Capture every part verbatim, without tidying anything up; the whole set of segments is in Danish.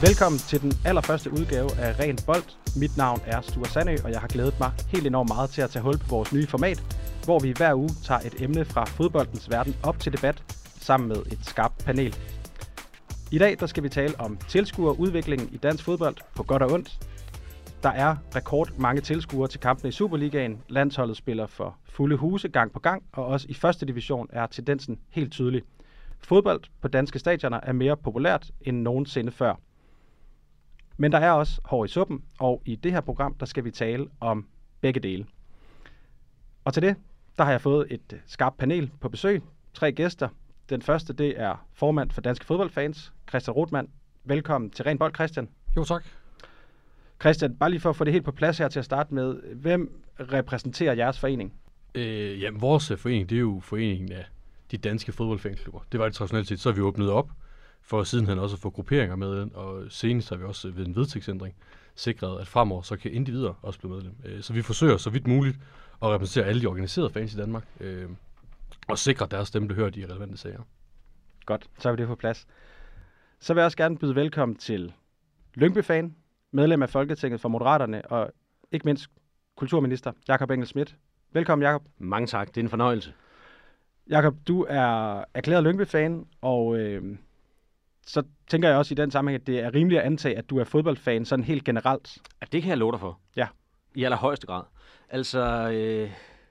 Velkommen til den allerførste udgave af Ren Bold. Mit navn er Sture Sandø, og jeg har glædet mig helt enormt meget til at tage hul på vores nye format, hvor vi hver uge tager et emne fra fodboldens verden op til debat, sammen med et skarpt panel. I dag der skal vi tale om tilskuerudviklingen i dansk fodbold på godt og ondt. Der er rekord mange tilskuere til kampene i Superligaen. Landsholdet spiller for fulde huse gang på gang, og også i første division er tendensen helt tydelig. Fodbold på danske stadioner er mere populært end nogensinde før. Men der er også hår i suppen, og i det her program, der skal vi tale om begge dele. Og til det, der har jeg fået et skarpt panel på besøg. Tre gæster. Den første, det er formand for Danske Fodboldfans, Christian Rothmann. Velkommen til Ren Bold, Christian. Jo, tak. Christian, bare lige for at få det helt på plads her til at starte med. Hvem repræsenterer jeres forening? Øh, jamen, vores forening, det er jo foreningen af de danske fodboldfansklubber. Det var det traditionelt set. Så har vi åbnet op for sidenhen også at få grupperinger med ind, og senest har vi også ved en vedtægtsændring sikret, at fremover så kan individer også blive medlem. Øh, så vi forsøger så vidt muligt at repræsentere alle de organiserede fans i Danmark, øh, og sikre, at deres stemme bliver hørt i relevante sager. Godt, så er vi det på plads. Så vil jeg også gerne byde velkommen til Lyngby-fan, medlem af Folketinget for Moderaterne, og ikke mindst kulturminister Jakob Engel-Schmidt. Velkommen, Jakob. Mange tak, det er en fornøjelse. Jakob, du er erklæret Lyngby-fan, og øh, så tænker jeg også i den sammenhæng, at det er rimeligt at antage, at du er fodboldfan sådan helt generelt. Ja, det kan jeg love dig for. Ja. I allerhøjeste grad. Altså, øh,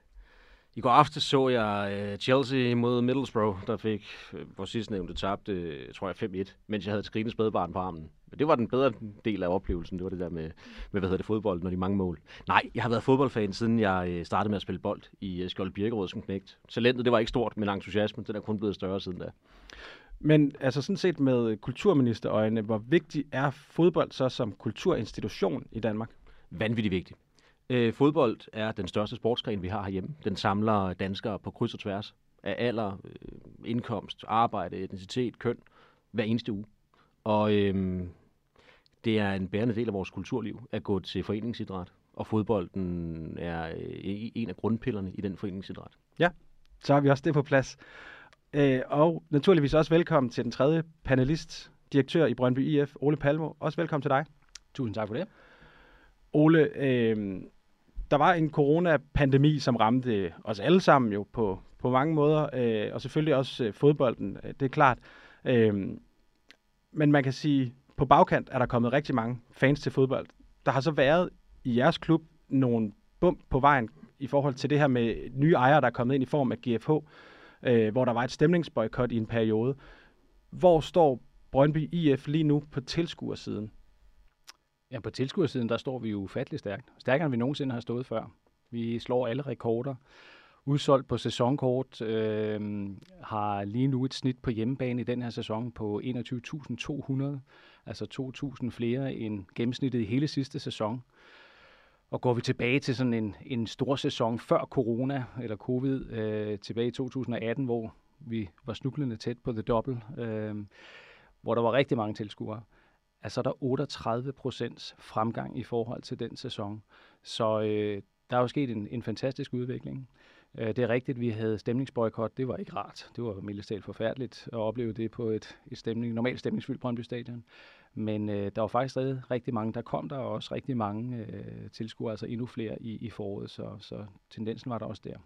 i går aftes så jeg øh, Chelsea mod Middlesbrough, der fik øh, vores sidstnævnte tabt, øh, tror jeg, fem et, mens jeg havde et skrigende spædbarn på armen. Men det var den bedre del af oplevelsen, det var det der med, med hvad hedder det, fodbold, når de mange mål. Nej, jeg har været fodboldfan, siden jeg øh, startede med at spille bold i øh, Skjold Birkerød som knægt. Talentet, det var ikke stort, men entusiasmen, den er kun blevet større siden da. Men altså sådan set med kulturministerøjne, hvor vigtig er fodbold så som kulturinstitution i Danmark? Vanvittigt vigtigt. Øh, fodbold er den største sportsgren, vi har herhjemme. Den samler danskere på kryds og tværs af alder, øh, indkomst, arbejde, etnicitet, køn, hver eneste uge. Og øh, det er en bærende del af vores kulturliv at gå til foreningsidræt, og fodbolden er øh, en af grundpillerne i den foreningsidræt. Ja, så har vi også det på plads. Øh, og naturligvis også velkommen til den tredje panelist, direktør i Brøndby I F, Ole Palmo. Også velkommen til dig. Tusind tak for det. Ole, øh, der var en coronapandemi, som ramte os alle sammen jo på, på mange måder, øh, og selvfølgelig også øh, fodbolden, øh, det er klart. Øh, men man kan sige, på bagkant er der kommet rigtig mange fans til fodbold. Der har så været i jeres klub nogle bump på vejen i forhold til det her med nye ejere, der er kommet ind i form af G F H, øh, hvor der var et stemningsboykot i en periode. Hvor står Brøndby I F lige nu på tilskuersiden? Ja, på tilskuersiden, der står vi jo ufattelig stærkt. Stærkere end vi nogensinde har stået før. Vi slår alle rekorder. Udsolgt på sæsonkort, øh, har lige nu et snit på hjemmebane i den her sæson på enogtyve tusind to hundrede, altså to tusind flere end gennemsnittet i hele sidste sæson. Og går vi tilbage til sådan en, en stor sæson før corona eller covid, øh, tilbage i to tusind og atten, hvor vi var snublende tæt på the double, øh, hvor der var rigtig mange tilskuere, altså der er otteogtredive procent fremgang i forhold til den sæson. Så øh, der er jo sket en, en fantastisk udvikling. Det er rigtigt, at vi havde stemningsboykot. Det var ikke rart. Det var mildest talt forfærdeligt at opleve det på et, et stemning, normalt stemningsfyldt Brøndby Stadion. Men øh, der var faktisk stadig rigtig mange, der kom der, og også rigtig mange øh, tilskuere, altså endnu flere i, i foråret. Så, så tendensen var der også der.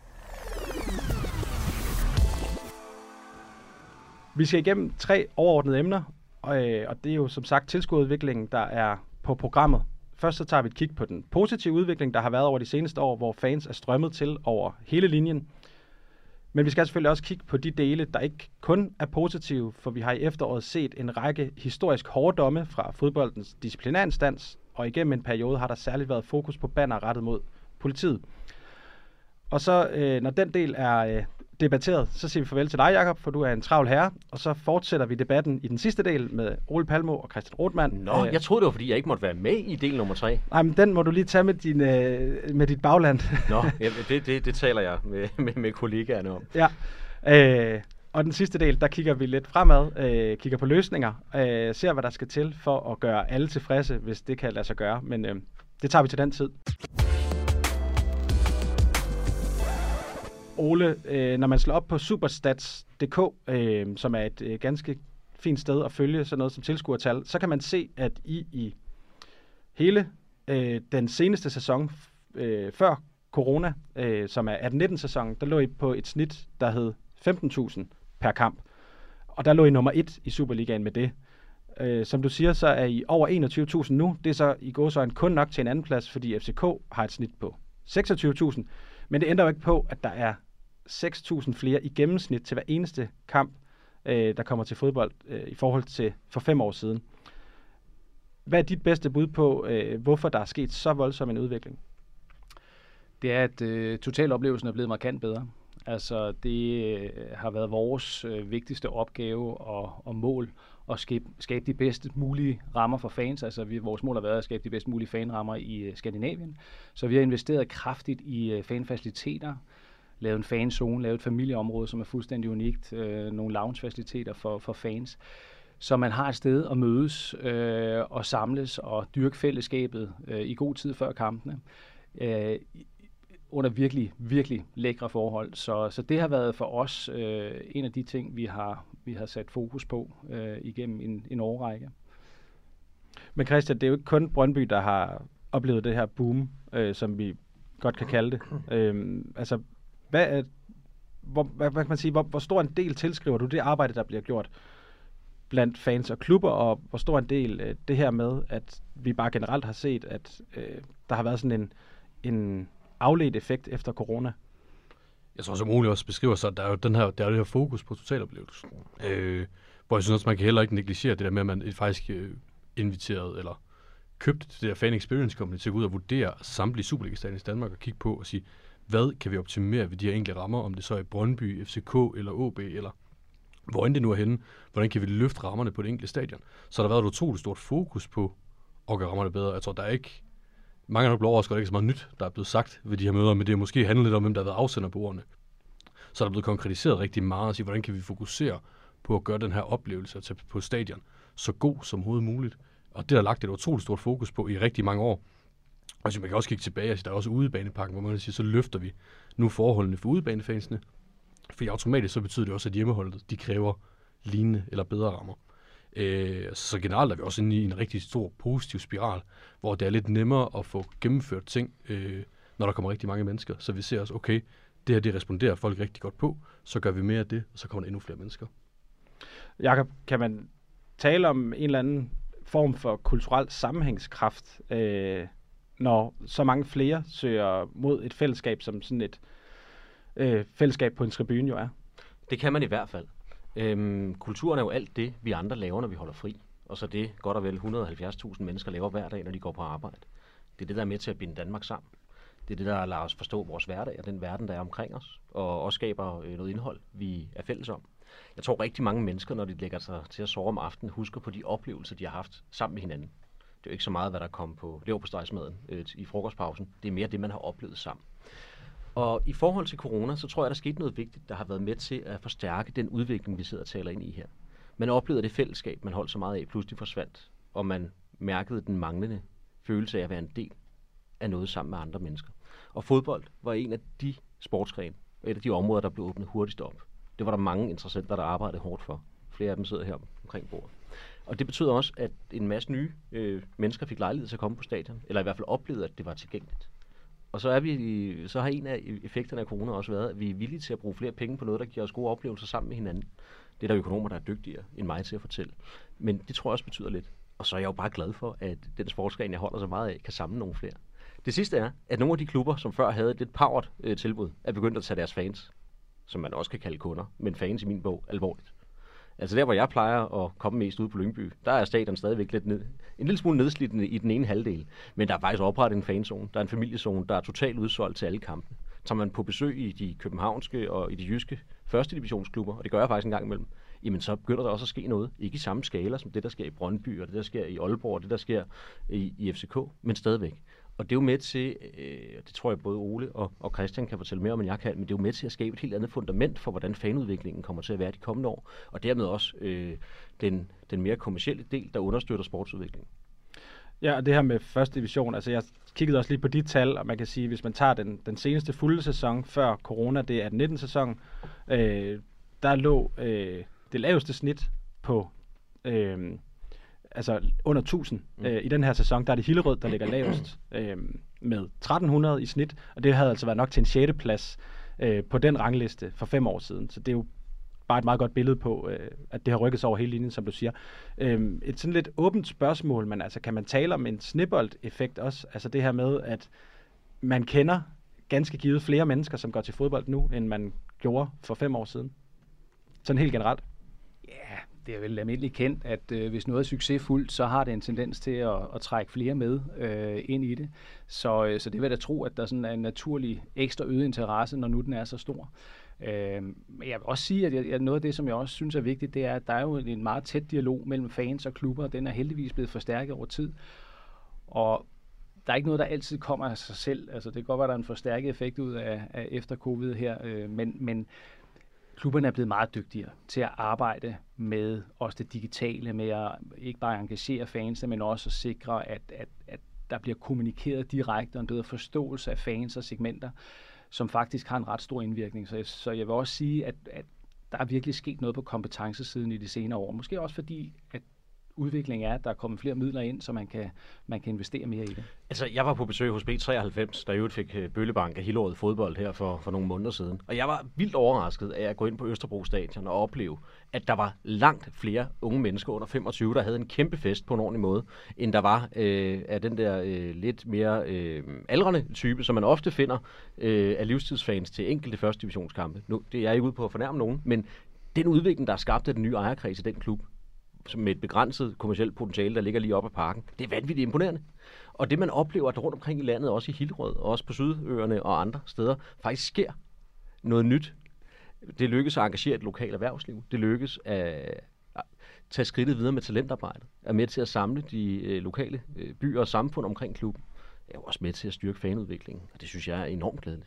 Vi skal igennem tre overordnede emner, og, øh, og det er jo som sagt tilskuerudviklingen, der er på programmet. Først så tager vi et kig på den positive udvikling, der har været over de seneste år, hvor fans er strømmet til over hele linjen. Men vi skal selvfølgelig også kigge på de dele, der ikke kun er positive, for vi har i efteråret set en række historisk hårde domme fra fodboldens disciplinærinstans, og igennem en periode har der særligt været fokus på banner rettet mod politiet. Og så, øh, når den del er øh, debatteret, så siger vi farvel til dig, Jakob, for du er en travl herre, og så fortsætter vi debatten i den sidste del med Ole Palmo og Christian Rothmann. Nå, jeg troede det var, fordi jeg ikke måtte være med i del nummer tre. Nej, men den må du lige tage med, din, øh, med dit bagland. Nå, det, det, det taler jeg med, med, med kollegaerne om. Ja, øh, og den sidste del, der kigger vi lidt fremad, øh, kigger på løsninger, øh, ser hvad der skal til for at gøre alle tilfredse, hvis det kan lade sig gøre, men øh, det tager vi til den tid. Ole, øh, når man slår op på superstats punktum d k, øh, som er et øh, ganske fint sted at følge sådan noget som tilskuertal, så kan man se, at I i hele øh, den seneste sæson øh, før corona, øh, som er atten nitten sæsonen, der lå I på et snit, der hed femten tusind per kamp. Og der lå I nummer et i Superligaen med det. Øh, som du siger, så er I over enogtyve tusind nu. Det er så i gåseøjne kun nok til en anden plads, fordi F C K har et snit på seksogtyve tusind. Men det ændrer jo ikke på, at der er seks tusind flere i gennemsnit til hver eneste kamp, øh, der kommer til fodbold øh, i forhold til for fem år siden. Hvad er dit bedste bud på, øh, hvorfor der er sket så voldsom en udvikling? Det er, at øh, totaloplevelsen er blevet markant bedre. Altså, det øh, har været vores øh, vigtigste opgave og, og mål at skabe, skabe de bedste mulige rammer for fans. Altså, vi, vores mål har været at skabe de bedst mulige fanrammer i øh, Skandinavien. Så vi har investeret kraftigt i øh, fanfaciliteter, lavet en fanzone, lavet et familieområde, som er fuldstændig unikt, øh, nogle loungefaciliteter for, for fans. Så man har et sted at mødes øh, og samles og dyrke fællesskabet øh, i god tid før kampene. Øh, under virkelig, virkelig lækre forhold. Så, så det har været for os øh, en af de ting, vi har, vi har sat fokus på øh, igennem en, en årrække. Men Christian, det er jo ikke kun Brøndby, der har oplevet det her boom, øh, som vi godt kan kalde det. Øh, altså, hvad, er, hvor, hvad, hvad kan man sige, hvor, hvor stor en del tilskriver du det arbejde, der bliver gjort blandt fans og klubber, og hvor stor en del øh, det her med, at vi bare generelt har set, at øh, der har været sådan en, en afledt effekt efter corona? Jeg tror, som Ole også beskriver sig, der er jo den her, der er det her fokus på totaloplevelsen. Øh, hvor jeg synes også, man kan heller ikke negligere det der med, at man faktisk øh, inviteret eller købt det der fan experience company til at gå ud og vurdere samtlige Superliga-stadion i Danmark og kigge på og sige, hvad kan vi optimere ved de her enkelte rammer, om det så er Brøndby, F C K eller O B, eller hvor end det nu er henne, hvordan kan vi løfte rammerne på det enkelte stadion. Så der har været et utroligt stort fokus på at gøre rammerne bedre. Jeg tror, der er ikke mange nok bliver overrasket, at der ikke er så meget nyt, der er blevet sagt ved de her møder, men det er måske handlet lidt om, hvem der har været afsender på ordene. Så er der blevet konkretiseret rigtig meget og sige, hvordan kan vi fokusere på at gøre den her oplevelse at tage på stadion så god som overhovedet muligt. Og det er der lagt et utroligt stort fokus på i rigtig mange år. Og så man kan også kigge tilbage, altså der er også udebanepakken, hvor man kan sige, så løfter vi nu forholdene for udebanefansene. For automatisk så betyder det også, at hjemmeholdet, de kræver lignende eller bedre rammer. Øh, så generelt er vi også inde i en rigtig stor positiv spiral, hvor det er lidt nemmere at få gennemført ting, øh, når der kommer rigtig mange mennesker. Så vi ser også, okay, det her det responderer folk rigtig godt på, så gør vi mere af det, og så kommer der endnu flere mennesker. Jakob, kan man tale om en eller anden form for kulturel sammenhængskraft, øh, når så mange flere søger mod et fællesskab, som sådan et øh, fællesskab på en tribune jo er? Det kan man i hvert fald. Øhm, kulturen er jo alt det, vi andre laver, når vi holder fri. Og så det godt og vel et hundrede og halvfjerds tusind mennesker laver hver dag, når de går på arbejde. Det er det, der er med til at binde Danmark sammen. Det er det, der lader os forstå vores hverdag og den verden, der er omkring os. Og også skaber øh, noget indhold, vi er fælles om. Jeg tror rigtig mange mennesker, når de lægger sig til at sove om aftenen, husker på de oplevelser, de har haft sammen med hinanden. Det er jo ikke så meget, hvad der kom på leverpostejsmaden øh, i frokostpausen. Det er mere det, man har oplevet sammen. Og i forhold til corona, så tror jeg, der skete noget vigtigt, der har været med til at forstærke den udvikling, vi sidder og taler ind i her. Man oplevede det fællesskab, man holdt så meget af, pludselig forsvandt, og man mærkede den manglende følelse af at være en del af noget sammen med andre mennesker. Og fodbold var en af de sportsgrene, og et af de områder, der blev åbnet hurtigst op. Det var der mange interessenter, der arbejdede hårdt for. Flere af dem sidder her omkring bordet. Og det betød også, at en masse nye øh, mennesker fik lejlighed til at komme på stadion, eller i hvert fald oplevede, at det var tilgængeligt. Og så, er vi, så har en af effekterne af corona også været, at vi er villige til at bruge flere penge på noget, der giver os gode oplevelser sammen med hinanden. Det er der økonomer, der er dygtigere end mig til at fortælle. Men det tror jeg også betyder lidt. Og så er jeg jo bare glad for, at den sportsgren, jeg holder så meget af, kan samle nogle flere. Det sidste er, at nogle af de klubber, som før havde et lidt powered øh, tilbud, er begyndt at tage deres fans, som man også kan kalde kunder, men fans i min bog, alvorligt. Altså der, hvor jeg plejer at komme mest ud på Lyngby, der er stadion stadigvæk lidt ned, en lille smule nedslidt i den ene halvdel. Men der er faktisk oprettet en fanzone, der er en familiezone, der er totalt udsolgt til alle kampene. Tager man på besøg i de københavnske og i de jyske første divisionsklubber, og det gør jeg faktisk en gang imellem, jamen så begynder der også at ske noget. Ikke i samme skala som det, der sker i Brøndby, og det, der sker i Aalborg, og det, der sker i, i F C K, men stadigvæk. Og det er jo med til, øh, det tror jeg både Ole og, og Christian kan fortælle mere om, end jeg kan, men det er jo med til at skabe et helt andet fundament for, hvordan fanudviklingen kommer til at være de kommende år, og dermed også øh, den, den mere kommercielle del, der understøtter sportsudviklingen. Ja, og det her med første division, altså jeg kiggede også lige på de tal, og man kan sige, hvis man tager den, den seneste fulde sæson før corona, det er den nittende sæson, øh, der lå øh, det laveste snit på Øh, altså under tusind. Mm. Øh, I den her sæson, der er det Hillerød, der ligger lavest øh, med tretten hundrede i snit, og det havde altså været nok til en sjette plads øh, på den rangliste for fem år siden. Så det er jo bare et meget godt billede på, øh, at det har rykket sig over hele linjen, som du siger. Øh, et sådan lidt åbent spørgsmål, men altså kan man tale om en snibbold-effekt også? Altså det her med, at man kender ganske givet flere mennesker, som går til fodbold nu, end man gjorde for fem år siden. Sådan helt generelt. Ja, det er vel almindeligt kendt, at øh, hvis noget er succesfuldt, så har det en tendens til at, at trække flere med øh, ind i det. Så, øh, så det vil jeg da tro, at der sådan er en naturlig ekstra øget interesse, når nu den er så stor. Øh, men jeg vil også sige, at jeg, noget af det, som jeg også synes er vigtigt, det er, at der er jo en meget tæt dialog mellem fans og klubber, og den er heldigvis blevet forstærket over tid. Og der er ikke noget, der altid kommer af sig selv. Altså, det kan godt være, der er en forstærket effekt ud af, af efter covid her, øh, men, men klubberne er blevet meget dygtigere til at arbejde med også det digitale, med at ikke bare engagere fansene, men også at sikre, at, at, at der bliver kommunikeret direkte og en bedre forståelse af fans og segmenter, som faktisk har en ret stor indvirkning. Så jeg, så jeg vil også sige, at, at der er virkelig sket noget på kompetencesiden i de senere år. Måske også fordi, at udviklingen er, at der er kommet flere midler ind, så man kan, man kan investere mere i det. Altså, jeg var på besøg hos B treoghalvfems, der i øvrigt fik Bøllebank af Hillerød fodbold her for, for nogle måneder siden. Og jeg var vildt overrasket af at gå ind på Østerbro Stadion og opleve, at der var langt flere unge mennesker under femogtyve, der havde en kæmpe fest på en ordentlig måde, end der var øh, af den der øh, lidt mere øh, aldrende type, som man ofte finder øh, af livstidsfans til enkelte første divisionskampe. Nu, det er jeg ikke ude på at fornærme nogen, men den udvikling, der er skabt af den nye ejerkreds i den klub, som med et begrænset kommercielt potentiale, der ligger lige oppe ad parken. Det er vanvittigt imponerende. Og det, man oplever, at rundt omkring i landet, også i Hillerød, og også på Sydøerne og andre steder, faktisk sker noget nyt. Det lykkes at engagere et lokalt erhvervsliv. Det lykkes at tage skridtet videre med talentarbejdet. Er med til at samle de øh, lokale øh, byer og samfund omkring klubben. Er jo også med til at styrke fanudviklingen. Og det synes jeg er enormt glædeligt.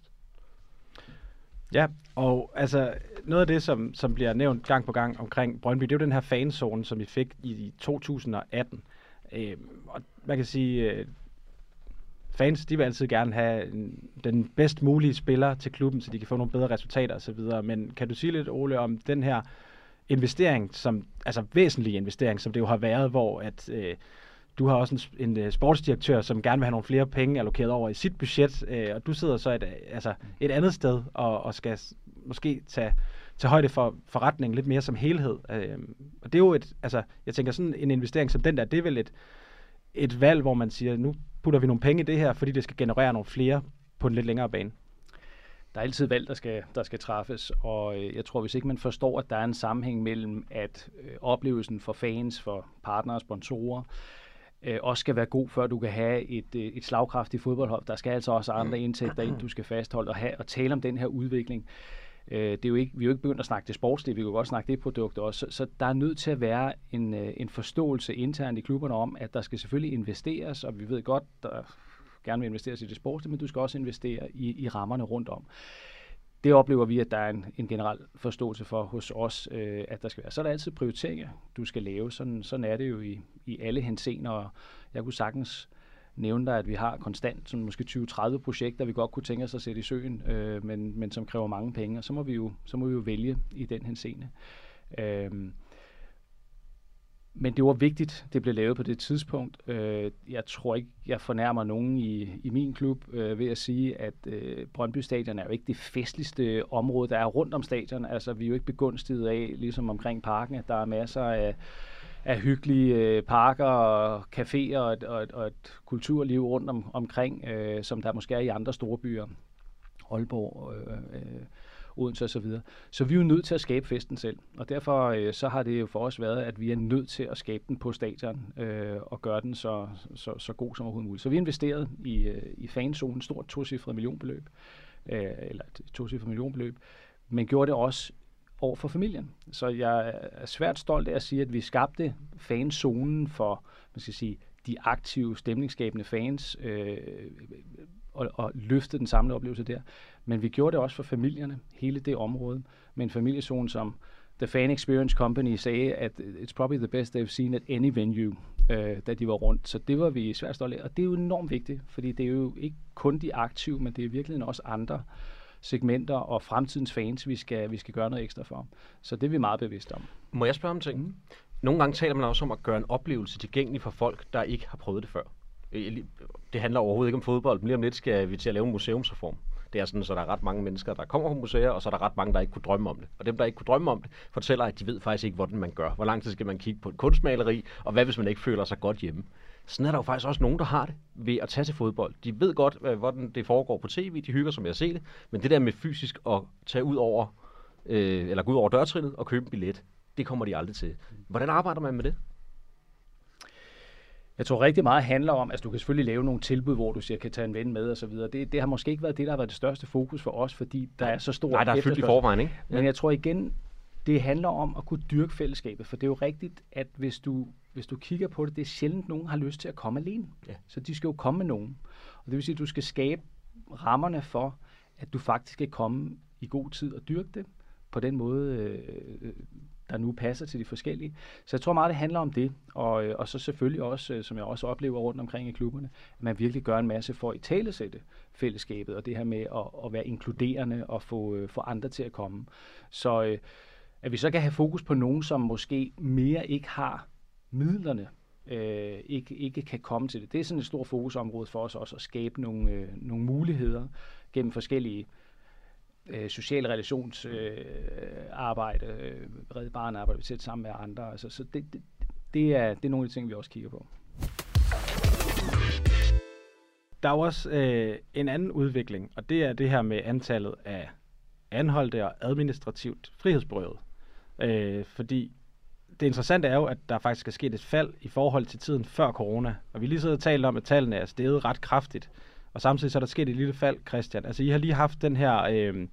Ja, og altså noget af det, som, som bliver nævnt gang på gang omkring Brøndby, det er jo den her fanzone, som vi fik i to tusind og atten. Øh, og man kan sige, øh, fans, de vil altid gerne have en, den bedst mulige spiller til klubben, så de kan få nogle bedre resultater osv. Men kan du sige lidt, Ole, om den her investering, som, altså væsentlig investering, som det jo har været, hvor at øh, du har også en, en uh, sportsdirektør, som gerne vil have nogle flere penge allokeret over i sit budget, øh, og du sidder så et, altså et andet sted og, og skal måske tage, tage højde for forretningen lidt mere som helhed. Øh, og det er jo et, altså jeg tænker sådan en investering som den der, det er vel et, et valg, hvor man siger, nu putter vi nogle penge i det her, fordi det skal generere nogle flere på en lidt længere bane. Der er altid valg, der skal, der skal træffes, og øh, jeg tror, hvis ikke man forstår, at der er en sammenhæng mellem, at øh, oplevelsen for fans, for partnere og sponsorer, øh, også skal være god, før du kan have et, øh, et slagkraftigt fodboldhold. Der skal altså også andre indtægter ind, du skal fastholde og, have, og tale om den her udvikling. Øh, det er jo ikke, vi er jo ikke begyndt at snakke det sportslige, vi kan godt snakke det produkt også, så, så der er nødt til at være en, øh, en forståelse internt i klubberne om, at der skal selvfølgelig investeres, og vi ved godt, der gerne vil investeres i det sportslige, men du skal også investere i, i rammerne rundt om. Det oplever vi, at der er en, en generel forståelse for hos os, øh, at der skal være. Så er der altid prioriteringer, du skal lave. Sådan, sådan er det jo i, i alle henseender, og jeg kunne sagtens nævne dig, at vi har konstant sådan måske tyve til tredive projekter, vi godt kunne tænke os at sætte i søen, øh, men, men som kræver mange penge, og så må vi jo, så må vi jo vælge i den henseende. Øh, Men det var vigtigt, det blev lavet på det tidspunkt. Jeg tror ikke, jeg fornærmer nogen i, i min klub ved at sige, at Brøndby Stadion er jo ikke det festligste område, der er rundt om stadion. Altså, vi er jo ikke begunstiget af, ligesom omkring parken, at der er masser af, af hyggelige parker og caféer og et, og et, og et kulturliv rundt om, omkring, som der måske er i andre store byer. Aalborg, øh, øh, Odense og så videre. Så vi er jo nødt til at skabe festen selv, og derfor øh, så har det jo for os været, at vi er nødt til at skabe den på stadion øh, og gøre den så, så, så god som overhovedet muligt. Så vi investeret i, øh, i fanzonen, stort tocifret millionbeløb, øh, eller et tocifret millionbeløb, men gjorde det også over for familien. Så jeg er svært stolt af at sige, at vi skabte fanzonen for, man skal sige, de aktive, stemningsskabende fans, øh, og, og løfte den samlede oplevelse der. Men vi gjorde det også for familierne, hele det område, med en familiezone, som The Fan Experience Company sagde, at it's probably the best they've seen at any venue, øh, da de var rundt. Så det var vi svært stolte af, og det er jo enormt vigtigt, fordi det er jo ikke kun de aktive, men det er virkelig også andre segmenter og fremtidens fans, vi skal, vi skal gøre noget ekstra for. Så det er vi meget bevidste om. Må jeg spørge om ting? nogle gange taler man også om at gøre en oplevelse tilgængelig for folk, der ikke har prøvet det før. Det handler overhovedet ikke om fodbold, men lige om lidt skal vi til at lave en museumsreform. Det er sådan, så der er ret mange mennesker, der kommer på museer, og så er der ret mange, der ikke kunne drømme om det. Og dem, der ikke kunne drømme om det, fortæller, at de ved faktisk ikke, hvordan man gør. Hvor lang tid skal man kigge på et kunstmaleri, og hvad hvis man ikke føler sig godt hjemme? Sådan er der jo faktisk også nogen, der har det ved at tage til fodbold. De ved godt, hvordan det foregår på tv, de hygger sig med at se det, men det der med fysisk at tage ud over, øh, eller gå ud over dørtrinnet og købe en billet, det kommer de aldrig til. Hvordan arbejder man med det? Jeg tror rigtig meget handler om, at altså, du kan selvfølgelig lave nogle tilbud, hvor du siger, kan tage en ven med og så videre. Det, det har måske ikke været det, der har været det største fokus for os, fordi der er så stor Nej, der er fyldt i forvejen, ikke? Ja. Men jeg tror igen, det handler om at kunne dyrke fællesskabet, for det er jo rigtigt, at hvis du, hvis du kigger på det, det er sjældent, nogen har lyst til at komme alene. Ja. Så de skal jo komme med nogen. Og det vil sige, at du skal skabe rammerne for, at du faktisk kan komme i god tid og dyrke det på den måde, øh, der nu passer til de forskellige. Så jeg tror meget, det handler om det, og, og så selvfølgelig også, som jeg også oplever rundt omkring i klubberne, at man virkelig gør en masse for at italesætte fællesskabet, og det her med at, at være inkluderende og få, få andre til at komme. Så at vi så kan have fokus på nogen, som måske mere ikke har midlerne, øh, ikke, ikke kan komme til det. Det er sådan et stort fokusområde for os også, at skabe nogle, øh, nogle muligheder gennem forskellige Øh, sociale relationsarbejde, øh, øh, Red Barnet arbejder vi tæt sammen med andre. Altså, så det, det, det, er, det er nogle af de ting, vi også kigger på. Der er jo også øh, en anden udvikling, og det er det her med antallet af anholdte og administrativt frihedsberøvet. Øh, fordi det interessante er jo, at der faktisk er sket et fald i forhold til tiden før corona. Og vi lige sidder og talt om, at tallene er steget ret kraftigt. Og samtidig så er der sket et lille fald, Christian. Altså, I har lige haft den her øh,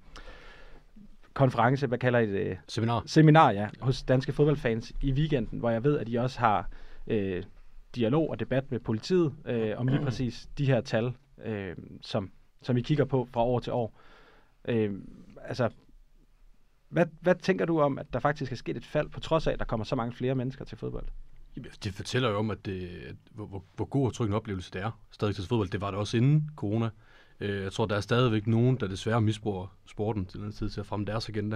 konference, hvad kalder I det? Seminar. Seminar, ja, hos danske fodboldfans i weekenden, hvor jeg ved, at I også har øh, dialog og debat med politiet øh, om lige præcis de her tal, øh, som, som I kigger på fra år til år. Øh, altså, hvad, hvad tænker du om, at der faktisk er sket et fald, på trods af, at der kommer så mange flere mennesker til fodbold? Det fortæller jo om, at det, at hvor, hvor, hvor god og tryg en oplevelse det er stadig til fodbold. Det var det også inden corona. Jeg tror, der er stadigvæk nogen, der desværre misbruger sporten til den tid til at fremme deres agenda.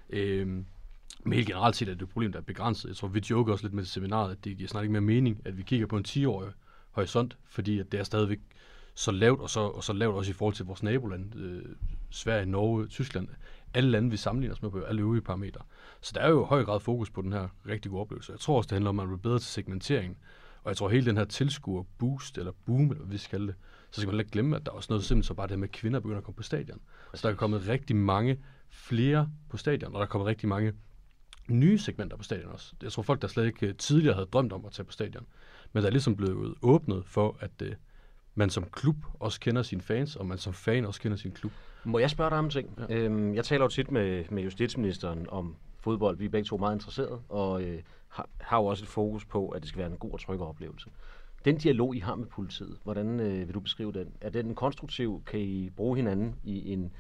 Men helt generelt set er det et problem, der er begrænset. Jeg tror, vi joker også lidt med seminaret, at det giver snart ikke mere mening, at vi kigger på en ti-årig horisont, fordi at det er stadigvæk så lavt, og så, og så lavt også i forhold til vores naboland, øh, Sverige, Norge, Tyskland. Alle lande, vi sammenligner os med på alle øvrige parametre. Så der er jo i høj grad fokus på den her rigtig gode oplevelse. Jeg tror også, det handler om, at man bliver bedre til segmenteringen. Og jeg tror, hele den her tilskuer boost, eller boom, eller hvad vi skal kalde det, så skal man ikke glemme, at der er også noget simpelthen så bare det med, at kvinder begynder at komme på stadion. Så der er kommet rigtig mange flere på stadion, og der er kommet rigtig mange nye segmenter på stadion også. Jeg tror, folk, der slet ikke tidligere havde drømt om at tage på stadion, men der er ligesom blevet åbnet for, at uh, man som klub også kender sine fans, og man som fan også kender sin klub. Må jeg spørge dig om en ting? Ja. Øhm, jeg taler jo tit med, med justitsministeren om fodbold. Vi er begge to meget interesserede, og øh, har, har jo også et fokus på, at det skal være en god og tryg oplevelse. Den dialog, I har med politiet, hvordan øh, vil du beskrive den? Er den konstruktiv? Kan I bruge hinanden i, en,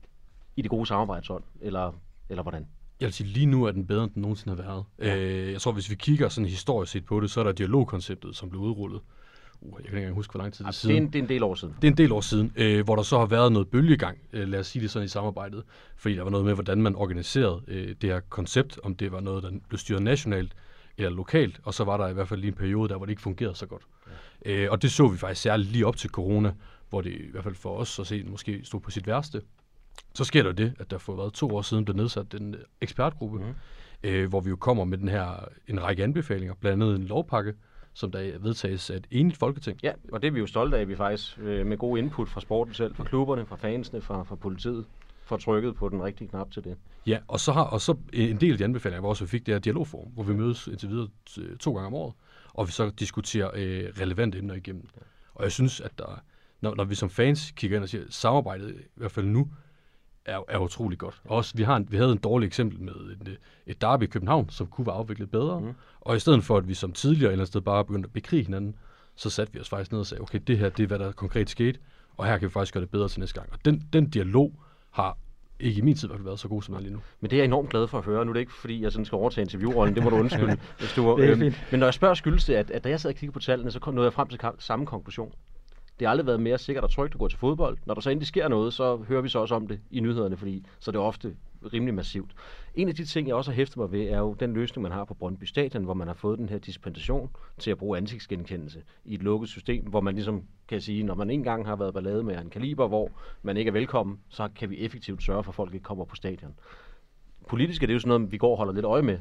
i det gode samarbejdsånd, eller, eller hvordan? Jeg vil sige, lige nu er den bedre, end den nogensinde har været. Ja. Øh, jeg tror, hvis vi kigger sådan historisk set på det, så er der dialogkonceptet, som blev udrullet. Uh, jeg kan ikke engang huske, hvor lang tid det er siden. Det er, en, det er en del år siden. Det er en del år siden, øh, hvor der så har været noget bølgegang, øh, lad os sige det sådan i samarbejdet, fordi der var noget med, hvordan man organiserede øh, det her koncept, om det var noget, der blev styret nationalt eller lokalt, og så var der i hvert fald lige en periode der, hvor det ikke fungerede så godt. Ja. Øh, og det så vi faktisk særligt lige op til corona, hvor det i hvert fald for os at se måske stod på sit værste. Så sker der det, at der for været to år siden blev nedsat en ekspertgruppe, mm. øh, hvor vi jo kommer med den her en række anbefalinger, blandt andet en lovpakke, som der vedtages af et enigt folketing. Ja, og det er vi jo stolte af, at vi faktisk øh, med god input fra sporten selv, fra klubberne, fra fansene, fra, fra politiet, får trykket på den rigtige knap til det. Ja, og så har og så en del af de anbefalinger, hvor vi fik det her dialogforum, hvor vi mødes indtil videre to gange om året, og vi så diskuterer øh, relevante emner igennem. Ja. Og jeg synes, at der, når, når vi som fans kigger ind og siger, samarbejdet i hvert fald nu, er, er utrolig godt. Ja. Også, vi, har en, vi havde en dårlig eksempel med et, et derby i København, som kunne være afviklet bedre. Mm. Og i stedet for, at vi som tidligere et eller andet sted bare begyndte at bekrige hinanden, så satte vi os faktisk ned og sagde, okay, det her, det er, hvad der konkret skete, og her kan vi faktisk gøre det bedre til næste gang. Og den, den dialog har ikke i min tid været så god som er lige nu. Men det er jeg enormt glad for at høre. Nu er det ikke, fordi jeg sådan skal overtage interviewrollen, det må du undskylde. Hvis du var, øhm, men når jeg spørger, skyldes det, at, at da jeg sad og kiggede på tallene, så nåede jeg frem til samme konklusion. Det har aldrig været mere sikkert og trygt at gå til fodbold. Når der så endelig sker noget, så hører vi så også om det i nyhederne, fordi så er det ofte rimelig massivt. En af de ting, jeg også har hæftet mig ved, er jo den løsning, man har på Brøndby Stadion, hvor man har fået den her dispensation til at bruge ansigtsgenkendelse i et lukket system, hvor man ligesom kan sige, når man engang har været ballade med en kaliber, hvor man ikke er velkommen, så kan vi effektivt sørge for, at folk ikke kommer på stadion. Politisk er det jo sådan noget, vi går og holder lidt øje med,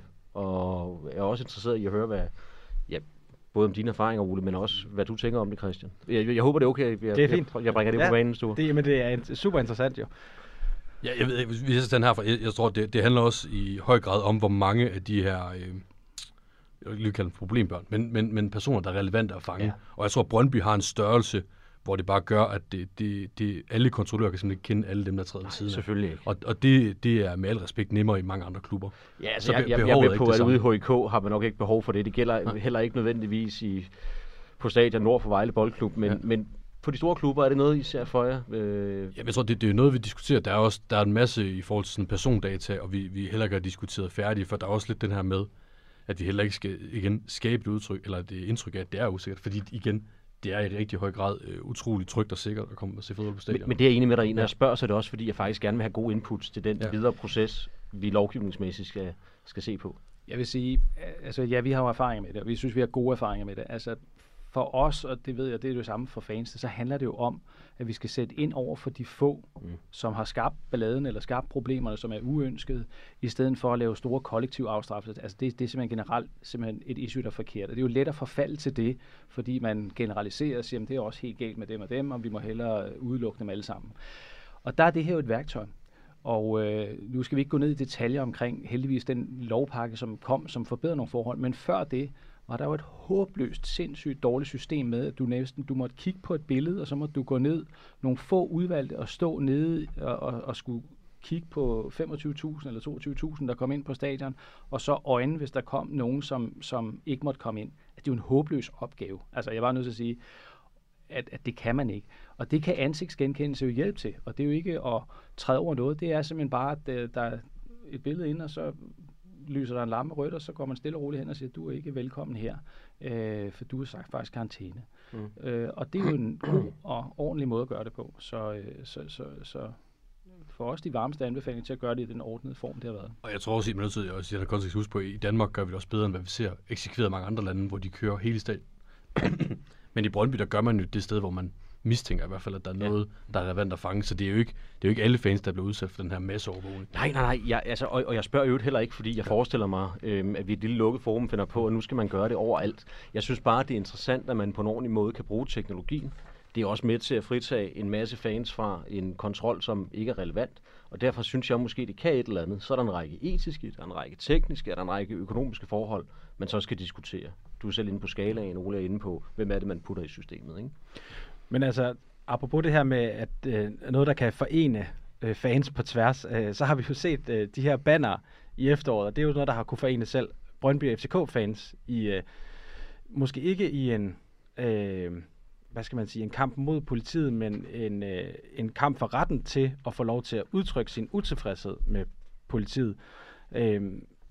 og jeg er også interesseret i at høre, hvad, ja, både om dine erfaringer, Ole, men også hvad du tænker om det, Christian. Jeg, jeg håber, det er okay. Jeg, det er fint. Jeg, jeg bringer det ja, på banen, du. Det, men det er super interessant jo. Ja, jeg ved, hvis jeg tager den herfra, jeg, jeg tror, det, det handler også i høj grad om, hvor mange af de her, øh, jeg vil lige kalde dem problembørn, men, men, men personer, der er relevante at fange. Ja. Og jeg tror, at Brøndby har en størrelse, hvor det bare gør, at det, det, det, alle kontrollører kan simpelthen ikke kende alle dem, der træder ved siden af. Selvfølgelig ikke. Og, og det, det er med al respekt nemmere i mange andre klubber. Ja, altså jeg, jeg, jeg er med på, at ude i H I K har man nok ikke behov for det. Det gælder ja. heller ikke nødvendigvis i, på stadion nord for Vejle Boldklub, men, ja. men på de store klubber er det noget, I ser for jer? Øh... Ja, jeg tror, det, det er noget, vi diskuterer. Der er også der er en masse i forhold til sådan persondata, og vi, vi heller ikke har diskuteret færdigt, for der er også lidt den her med, at vi heller ikke skal igen skabe et udtryk, eller det indtryk af, at det er usikkert, fordi igen, det er i rigtig høj grad øh, utroligt trygt og sikkert at komme og se fodbold på stadion. Men, men det er jeg enig med dig i, når jeg spørger, så er det også, fordi jeg faktisk gerne vil have gode inputs til den ja. videre proces, vi lovgivningsmæssigt skal, skal se på. Jeg vil sige, altså ja, vi har jo erfaringer med det, og vi synes, vi har gode erfaringer med det. Altså for os, og det ved jeg, det er det samme for fans, så handler det jo om, at vi skal sætte ind over for de få, mm. som har skabt balladen eller skabt problemerne, som er uønskede, i stedet for at lave store kollektive afstraffelser. Altså det, det er simpelthen generelt simpelthen et issue, der er forkert. Og det er jo let at forfalde til det, fordi man generaliserer og siger, at det er også helt galt med dem og dem, og vi må hellere udelukke dem alle sammen. Og der er det her jo et værktøj. Og øh, nu skal vi ikke gå ned i detaljer omkring heldigvis den lovpakke, som kom, som forbedrer nogle forhold, men før det, var der jo et håbløst, sindssygt dårligt system med, at du næsten du måtte kigge på et billede, og så måtte du gå ned nogle få udvalgte og stå nede og, og, og skulle kigge på femogtyve tusind eller toogtyve tusind, der kom ind på stadion, og så øjne, hvis der kom nogen, som, som ikke måtte komme ind. Det er jo en håbløs opgave. Altså, jeg var nødt til at sige, at, at det kan man ikke. Og det kan ansigtsgenkendelse jo hjælpe til, og det er jo ikke at træde over noget. Det er simpelthen bare, at der er et billede ind, og så lyser der en lampe rødt, og så går man stille og roligt hen og siger, du er ikke velkommen her, øh, for du er sagt faktisk karantæne. Mm. Øh, og det er jo en god og ordentlig måde at gøre det på. Så, øh, så, så, så for os de varmeste anbefalinger til at gøre det i den ordnede form, det har været. Og jeg tror også, at man nødt til at kontekst huske på, at i Danmark gør vi det også bedre, end hvad vi ser eksekveret i mange andre lande, hvor de kører hele stadion. Men i Brøndby, der gør man jo det sted, hvor man mistænker i hvert fald, at der er noget, ja. der er relevant at fange. Så det er jo ikke, det er jo ikke alle fans, der bliver udsat for den her masseovervågning. Nej, nej, nej. Jeg, altså, og, og jeg spørger jo heller ikke, fordi jeg ja. forestiller mig, øhm, at vi i et lille lukket forum finder på, at nu skal man gøre det overalt. Jeg synes bare, det er interessant, at man på en ordentlig måde kan bruge teknologien. Det er også med til at fritage en masse fans fra en kontrol, som ikke er relevant. Og derfor synes jeg måske, det kan et eller andet. Så er der en række etiske, der er en række tekniske, der er en række økonomiske forhold, man så skal diskutere. Du er selv inde på skalaen, Ole er inde på, hvem er det, man putter i systemet, ikke? Men altså, apropos det her med, at øh, noget, der kan forene øh, fans på tværs, øh, så har vi jo set øh, de her banner i efteråret, og det er jo noget, der har kunne forene selv Brøndby F C K-fans i, øh, måske ikke i en, øh, hvad skal man sige, en kamp mod politiet, men en, øh, en kamp for retten til at få lov til at udtrykke sin utilfredshed med politiet. Øh,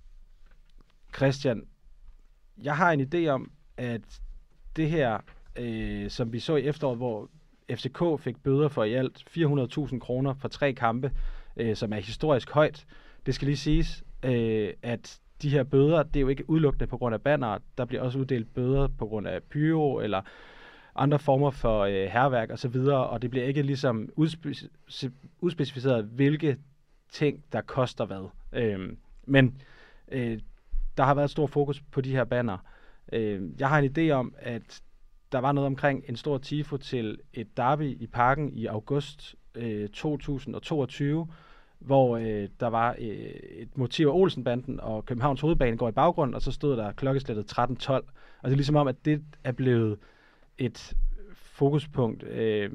Christian, jeg har en idé om, at det her, øh, som vi så i efteråret, hvor F C K fik bøder for i alt fire hundrede tusind kroner for tre kampe, øh, som er historisk højt. Det skal lige siges, øh, at de her bøder, det er jo ikke udelukkende på grund af banner. Der bliver også uddelt bøder på grund af pyro eller andre former for øh, hærværk og så videre, og det bliver ikke ligesom udspeci- udspecificeret, hvilke ting, der koster hvad. Øh, men øh, der har været stor fokus på de her banner. Øh, jeg har en idé om, at der var noget omkring en stor tifo til et derby i Parken i august øh, to tusind og toogtyve, hvor øh, der var øh, et motiv af Olsenbanden, og Københavns Hovedbane går i baggrund, og så stod der klokkeslættet tretten tolv. Og det er ligesom om, at det er blevet et fokuspunkt. Øh,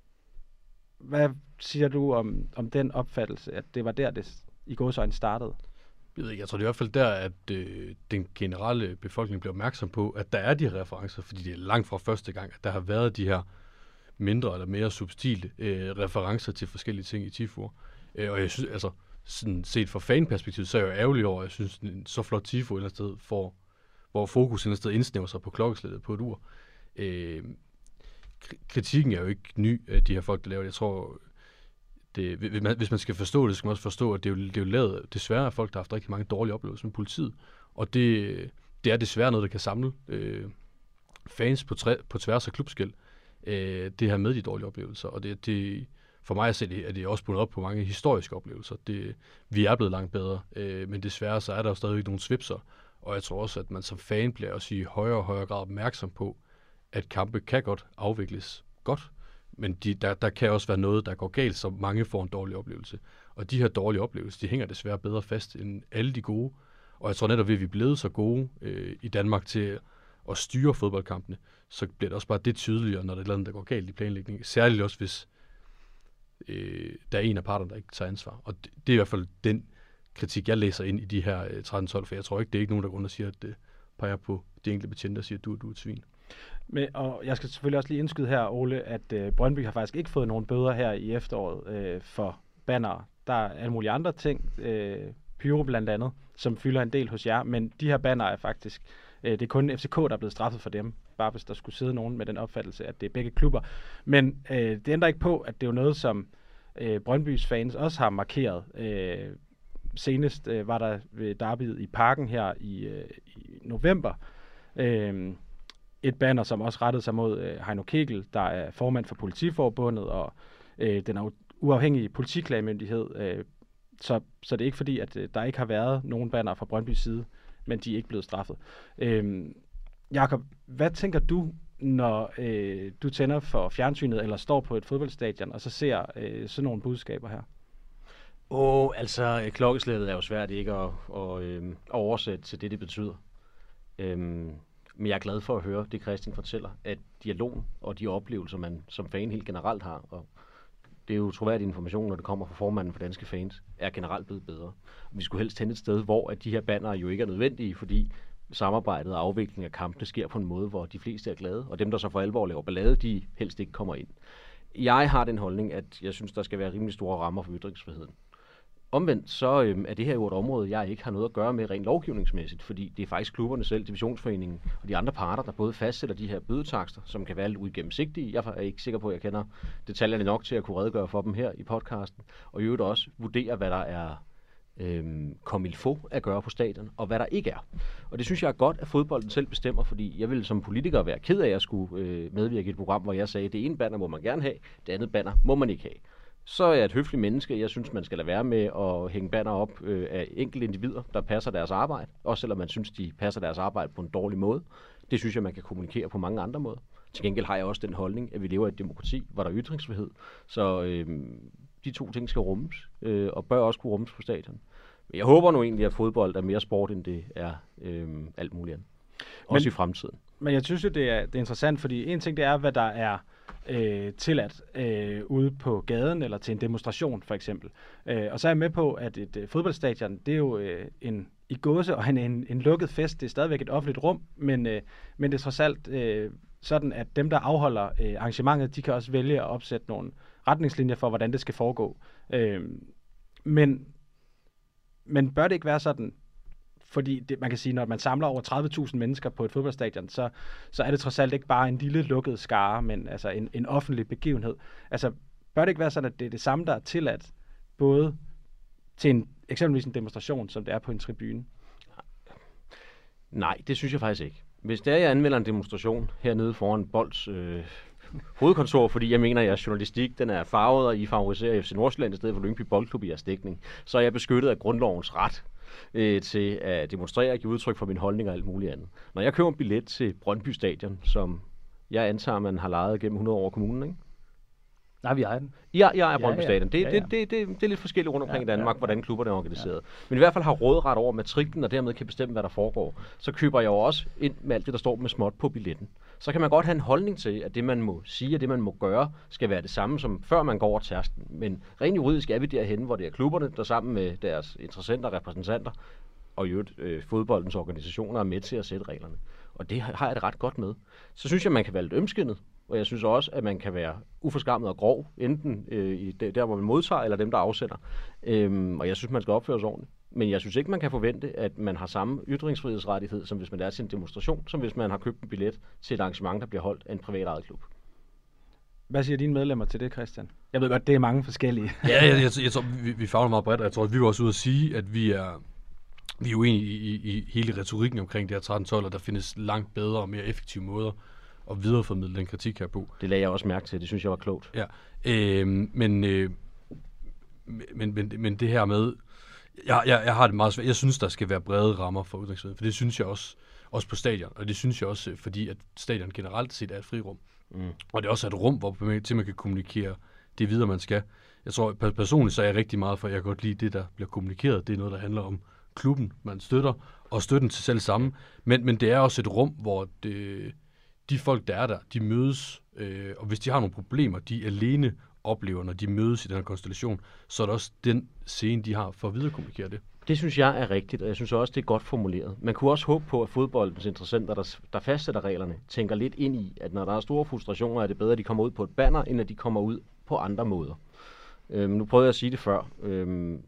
hvad siger du om, om den opfattelse, at det var der, det i gåseøjne startede? Jeg ved ikke, jeg tror det er i hvert fald der, at øh, den generelle befolkning bliver opmærksom på, at der er de her referencer, fordi det er langt fra første gang, at der har været de her mindre eller mere subtile øh, referencer til forskellige ting i Tifo. Øh, og jeg synes, altså, sådan set fra fanperspektivet, så er jeg jo ærgerlig over, at jeg synes, en så flot Tifo et eller andet sted, får, hvor fokus et eller andet sted indsnæver sig på klokkeslættet på et ur. Øh, kritikken er jo ikke ny af de her folk, der laver det. Jeg tror, det, hvis, man, hvis man skal forstå det, skal man også forstå, at det er jo, det er jo lavet desværre af folk, der har haft rigtig mange dårlige oplevelser med politiet. Og det, det er desværre noget, der kan samle øh, fans på, træ, på tværs af klubskel. Øh, det her med de dårlige oplevelser. Og det, det, for mig at se, det, er det også bundet op på mange historiske oplevelser. Det, vi er blevet langt bedre, øh, men desværre så er der jo stadigvæk nogle svipser. Og jeg tror også, at man som fan bliver også i højere og højere grad opmærksom på, at kampe kan godt afvikles godt, men de, der, der kan også være noget, der går galt, så mange får en dårlig oplevelse. Og de her dårlige oplevelser, de hænger desværre bedre fast end alle de gode. Og jeg tror netop, at vi er blevet så gode øh, i Danmark til at styre fodboldkampene, så bliver det også bare det tydeligere, når der er et eller andet, der går galt i planlægningen. Særligt også, hvis øh, der er en af parterne, der ikke tager ansvar. Og det, det er i hvert fald den kritik, jeg læser ind i de her øh, tretten tolv, for jeg tror ikke, det er ikke nogen, der går rundt og siger, at det peger på de enkelte betjente, der siger, at du, du er et svin. Men, og jeg skal selvfølgelig også lige indskyde her, Ole, at øh, Brøndby har faktisk ikke fået nogen bøder her i efteråret øh, for bannere. Der er alle mulige andre ting, øh, pyro blandt andet, som fylder en del hos jer, men de her bannere er faktisk, øh, det er kun F C K, der er blevet straffet for dem, bare hvis der skulle sidde nogen med den opfattelse, at det er begge klubber. Men øh, det ændrer ikke på, at det er jo noget, som øh, Brøndbys fans også har markeret. Øh, senest øh, var der ved derbyet i Parken her i, øh, i november, øh, et banner, som også rettede sig mod øh, Heino Kegel, der er formand for Politiforbundet og øh, den uafhængige politiklagemyndighed. Øh, så, så det er ikke fordi, at øh, der ikke har været nogen banner fra Brøndbys side, men de er ikke blevet straffet. Øh, Jakob, hvad tænker du, når øh, du tænder for fjernsynet eller står på et fodboldstadion, og så ser øh, sådan nogle budskaber her? Åh, oh, altså klokkeslættet er jo svært ikke at, at, øh, at oversætte til det, det betyder. Øhm, Men jeg er glad for at høre det, Christian fortæller, at dialogen og de oplevelser, man som fan helt generelt har, og det er jo troværdig information, når det kommer fra formanden for danske fans, er generelt blevet bedre. Vi skulle helst tænde et sted, hvor at de her bannere jo ikke er nødvendige, fordi samarbejdet og afviklingen af kampene sker på en måde, hvor de fleste er glade, og dem, der så for alvor laver ballade, de helst ikke kommer ind. Jeg har den holdning, at jeg synes, der skal være rimelig store rammer for ytringsfriheden. Omvendt så øhm, er det her jo et område, jeg ikke har noget at gøre med rent lovgivningsmæssigt, fordi det er faktisk klubberne selv, divisionsforeningen og de andre parter, der både fastsætter de her bødetakster, som kan være lidt uigennemsigtige. Jeg er ikke sikker på, at jeg kender detaljerne nok til at kunne redegøre for dem her i podcasten, og i øvrigt også vurdere, hvad der er øhm, comme il faut at gøre på stadion, og hvad der ikke er. Og det synes jeg er godt, at fodbolden selv bestemmer, fordi jeg vil som politiker være ked af, at jeg skulle øh, medvirke i et program, hvor jeg sagde, at det ene banner må man gerne have, det andet banner må man ikke have. Så er jeg et høfligt menneske. Jeg synes, man skal lade være med at hænge banner op øh, af enkelte individer, der passer deres arbejde. Også selvom man synes, de passer deres arbejde på en dårlig måde. Det synes jeg, man kan kommunikere på mange andre måder. Til gengæld har jeg også den holdning, at vi lever i et demokrati, hvor der er ytringsfrihed. Så øh, de to ting skal rummes, øh, og bør også kunne rummes på stadion. Men jeg håber nu egentlig, at fodbold er mere sport, end det er øh, alt muligt andet. Også men, i fremtiden. Men jeg synes jo, det er, det er interessant, fordi en ting det er, hvad der er øh, tilladt øh, ude på gaden eller til en demonstration for eksempel. Øh, og så er jeg med på, at et øh, fodboldstadion, det er jo øh, en i gåse og en, en, en lukket fest. Det er stadigvæk et offentligt rum, men, øh, men det er trods alt øh, sådan, at dem, der afholder øh, arrangementet, de kan også vælge at opsætte nogle retningslinjer for, hvordan det skal foregå. Øh, men, men bør det ikke være sådan, fordi det, man kan sige, når man samler over tredive tusind mennesker på et fodboldstadion, så, så er det trods alt ikke bare en lille lukket skare, men altså en, en offentlig begivenhed. Altså, bør det ikke være sådan, at det er det samme, der er tilladt, både til en, eksempelvis en demonstration, som det er på en tribune? Nej, det synes jeg faktisk ikke. Hvis det er, jeg anmelder en demonstration hernede foran Bolds øh, hovedkontor, fordi jeg mener, at jeres journalistik den er farvet, og I favoriserer F C Nordsjælland i stedet for Lyngby Boldklub i jeres dækning, så er jeg beskyttet af grundlovens ret øh, til at demonstrere og give udtryk for min holdning og alt muligt andet. Når jeg køber en billet til Brøndby Stadion, som jeg antager, man har lejet gennem hundrede år kommunen, ikke? Nej, vi ejer den. Ja, jeg er Brøndby ja, ja. Stadion. Det, ja, ja. Det, det, det, det er lidt forskelligt rundt omkring ja, i Danmark, ja, ja. hvordan klubberne er organiseret. Ja. Men i hvert fald har råderet over matriklen, og dermed kan bestemme, hvad der foregår. Så køber jeg jo også ind med alt det, der står med småt på billetten. Så kan man godt have en holdning til, at det, man må sige, og det, man må gøre, skal være det samme, som før man går over tærsklen. Men rent juridisk er vi derhen, hvor det er klubberne, der sammen med deres interessenter og repræsentanter, og i øvrigt øh, fodboldens organisationer er med til at sætte reglerne. Og det har jeg det ret godt med. Så synes jeg, man kan være lidt ømskindet. Og jeg synes også, at man kan være uforskammet og grov, enten øh, i det, der, hvor man modtager, eller dem, der afsætter. Øhm, og jeg synes, man skal opføre sig ordentligt. Men jeg synes ikke, man kan forvente, at man har samme ytringsfrihedsrettighed, som hvis man er til en demonstration, som hvis man har købt en billet til et arrangement, der bliver holdt af en privat ejet klub. Hvad siger dine medlemmer til det, Christian? Jeg ved godt, det er mange forskellige. Ja, jeg, jeg, jeg tror, vi, vi favner meget bredt, og jeg tror, at vi er også ude at sige, at vi er, vi er uenige i, i, i hele retorikken omkring det her tretten tolv, og der findes langt bedre og mere effektive måder at videreformidle den kritik her på. Det lagde jeg også mærke til, det synes jeg var klogt. Ja, øh, men, øh, men, men, men det her med, jeg, jeg, jeg har det meget svært, jeg synes, der skal være brede rammer for ytringsfriheden, for det synes jeg også, også på stadion, og det synes jeg også, fordi at stadion generelt set er et frirum. Mm. Og det er også et rum, hvor man, til man kan kommunikere det videre, man skal. Jeg tror, personligt så er jeg rigtig meget for, at jeg kan godt lide det, der bliver kommunikeret. Det er noget, der handler om klubben, man støtter, og støtten til selv sammen. Men, men det er også et rum, hvor det, de folk, der er der, de mødes, øh, og hvis de har nogle problemer, de alene oplever, når de mødes i den her konstellation, så er det også den scene, de har for at viderekommunikere det. Det synes jeg er rigtigt, og jeg synes også, det er godt formuleret. Man kunne også håbe på, at fodboldens interessenter, der, der fastsætter reglerne, tænker lidt ind i, at når der er store frustrationer, er det bedre, at de kommer ud på et banner, end at de kommer ud på andre måder. Øhm, nu prøvede jeg at sige det før, øhm,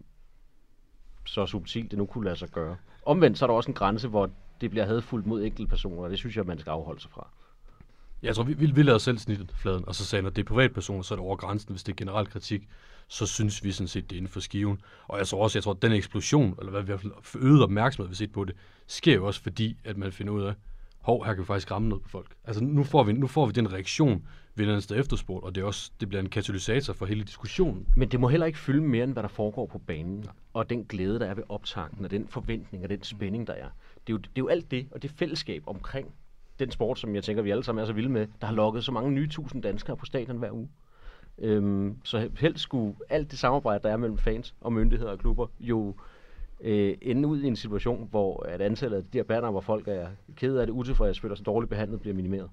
så subtilt det nu kunne lade sig gøre. Omvendt så er der også en grænse, hvor det bliver hadfuldt mod enkelte personer, og det synes jeg, man skal afholde sig fra. Jeg tror, vi, vi, vi lavede selv snittet fladen, og så sagde, når det er privatpersoner, så er det over grænsen. Hvis det er generel kritik, så synes vi sådan set, det er inden for skiven. Og jeg tror også, jeg tror, at den eksplosion, eller hvad vi har øget opmærksomhed, vi set på det, sker jo også fordi, at man finder ud af, hov, her kan vi faktisk ramme noget på folk. Altså nu får vi, nu får vi den reaktion, vi er sted efterspurgt, og det, er også, det bliver en katalysator for hele diskussionen. Men det må heller ikke fylde mere, end hvad der foregår på banen. Ja. Og den glæde, der er ved optakten, og den forventning, og den spænding, der er. Det er jo, det er jo alt det, og det fællesskab omkring den sport, som jeg tænker, vi alle sammen er så vilde med, der har lokket så mange nye tusind danskere på stadion hver uge. Øhm, så helst skulle alt det samarbejde, der er mellem fans og myndigheder og klubber, jo øh, ende ud i en situation, hvor at antallet af de her banner, hvor folk er kede af det, utilfredse, føler sig dårligt behandlet, bliver minimeret.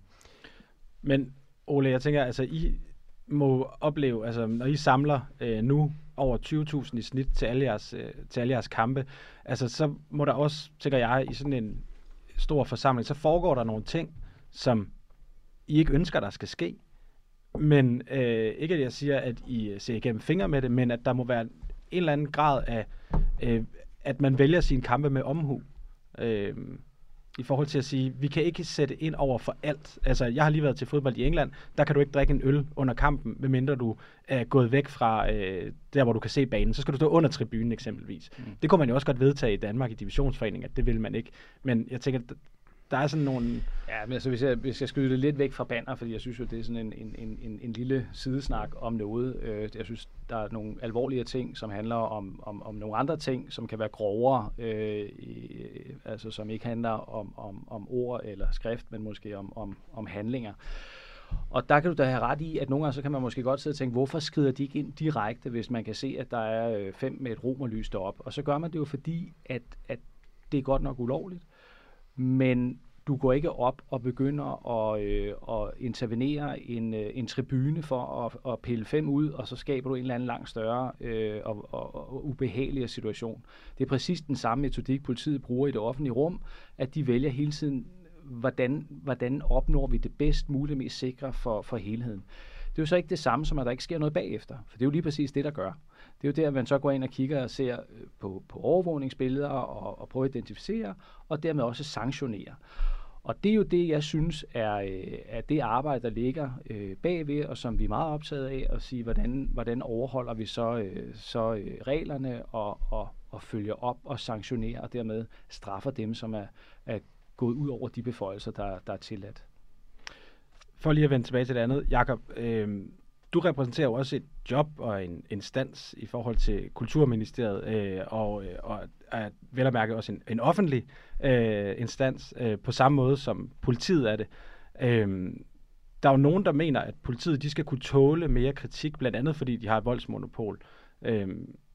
Men Ole, jeg tænker, altså I må opleve, altså når I samler øh, nu over tyve tusind i snit til alle, jeres, øh, til alle jeres kampe, altså så må der også, tænker jeg, i sådan en stor forsamling, så foregår der nogle ting, som I ikke ønsker, der skal ske. Men øh, ikke at jeg siger, at I ser igennem fingre med det, men at der må være en eller anden grad af, øh, at man vælger sine kampe med omhu. Øh, I forhold til at sige, vi kan ikke sætte ind over for alt. Altså, jeg har lige været til fodbold i England, der kan du ikke drikke en øl under kampen, medmindre du er gået væk fra øh, der, hvor du kan se banen. Så skal du stå under tribunen eksempelvis. Mm. Det kunne man jo også godt vedtage i Danmark i divisionsforeningen, at det vil man ikke. Men jeg tænker, der er sådan nogle... Ja, men altså, hvis jeg, hvis jeg skyder det lidt væk fra banner, fordi jeg synes jo, det er sådan en, en, en, en lille sidesnak om noget. Øh, jeg synes, der er nogle alvorlige ting, som handler om, om, om nogle andre ting, som kan være grovere, øh, i, altså som ikke handler om, om, om ord eller skrift, men måske om, om, om handlinger. Og der kan du da have ret i, at nogle gange så kan man måske godt sidde og tænke, hvorfor skrider de ikke ind direkte, hvis man kan se, at der er fem med et romerlys deroppe. Og så gør man det jo fordi, at, at det er godt nok ulovligt. Men du går ikke op og begynder at, øh, at intervenere en, øh, en tribune for at, at pille fem ud, og så skaber du en eller anden langt større øh, og, og, og ubehageligere situation. Det er præcis den samme metodik, politiet bruger i det offentlige rum, at de vælger hele tiden, hvordan, hvordan opnår vi det bedst muligt, mest sikre for, for helheden. Det er jo så ikke det samme som, at der ikke sker noget bagefter, for det er jo lige præcis det, der gør. Det er jo der, at man så går ind og kigger og ser på, på overvågningsbilleder og, og prøver at identificere, og dermed også sanktionere. Og det er jo det, jeg synes er, er det arbejde, der ligger øh, bagved, og som vi er meget optaget af at sige, hvordan, hvordan overholder vi så, øh, så øh, reglerne og, og, og følger op og sanktionerer, og dermed straffer dem, som er, er gået ud over de beføjelser, der, der er tilladt. For lige at vende tilbage til det andet, Jakob, øh, du repræsenterer jo også et job og en instans i forhold til Kulturministeriet, øh, og, og er vel at mærke også en, en offentlig øh, instans, øh, på samme måde som politiet er det. Øh, der er jo nogen, der mener, at politiet de skal kunne tåle mere kritik, blandt andet fordi de har et voldsmonopol. Øh,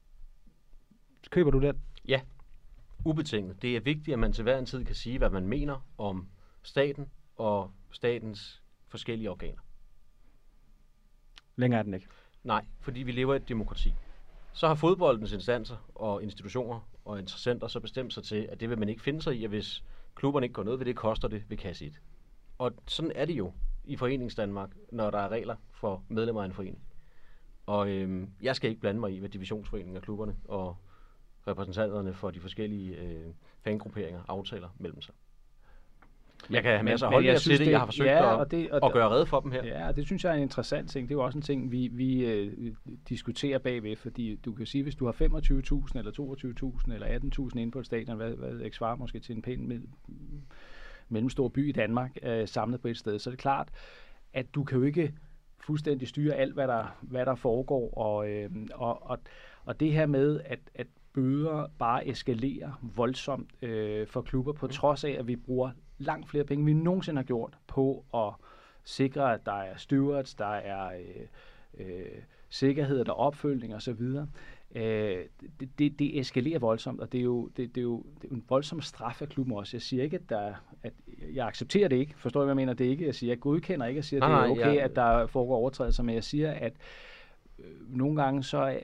køber du det? Ja, ubetinget. Det er vigtigt, at man til hver en tid kan sige, hvad man mener om staten og statens forskellige organer. Længere er den ikke. Nej, fordi vi lever i et demokrati. Så har fodboldens instanser og institutioner og interessenter så bestemt sig til, at det vil man ikke finde sig i, at hvis klubberne ikke går ned ved det, koster det ved kasse et. Og sådan er det jo i Foreningsdanmark, når der er regler for medlemmer af en forening. Og øhm, jeg skal ikke blande mig i, hvad divisionsforeningen af klubberne og repræsentanterne for de forskellige øh, fangrupperinger aftaler mellem sig. Jeg kan have Men- masser af men holdninger jeg til synes, det. det- Jeg har forsøgt ja, at, og det- og- at gøre rede for dem her. Ja, og det synes jeg er en interessant ting. Det er jo også en ting, vi, vi øh, diskuterer bagved, fordi du kan sige, hvis du har femogtyve tusind eller toogtyve tusind eller atten tusind inde på et stadion, hvad, hvad ikke svarer måske til en pæn med, mellemstor by i Danmark, øh, samlet på et sted, så er det klart, at du kan jo ikke fuldstændig styre alt, hvad der, hvad der foregår, og, øh, og, og, og det her med, at, at bøder bare eskalerer voldsomt øh, for klubber, på trods af, at vi bruger langt flere penge, vi nogensinde har gjort på at sikre, at der er stewards, der er øh, øh, sikkerhed, der er opfølgning osv. Øh, det, det, det eskalerer voldsomt, og det er, jo, det, det, er jo, det er jo en voldsom straf af klubben også. Jeg siger ikke, at, der, at jeg accepterer det ikke. Forstår I, hvad jeg mener? Det er ikke, jeg siger, jeg godkender ikke. Jeg siger, at det er Nej, nej, okay, jeg- at der foregår overtrædelser, men jeg siger, at øh, nogle gange så er,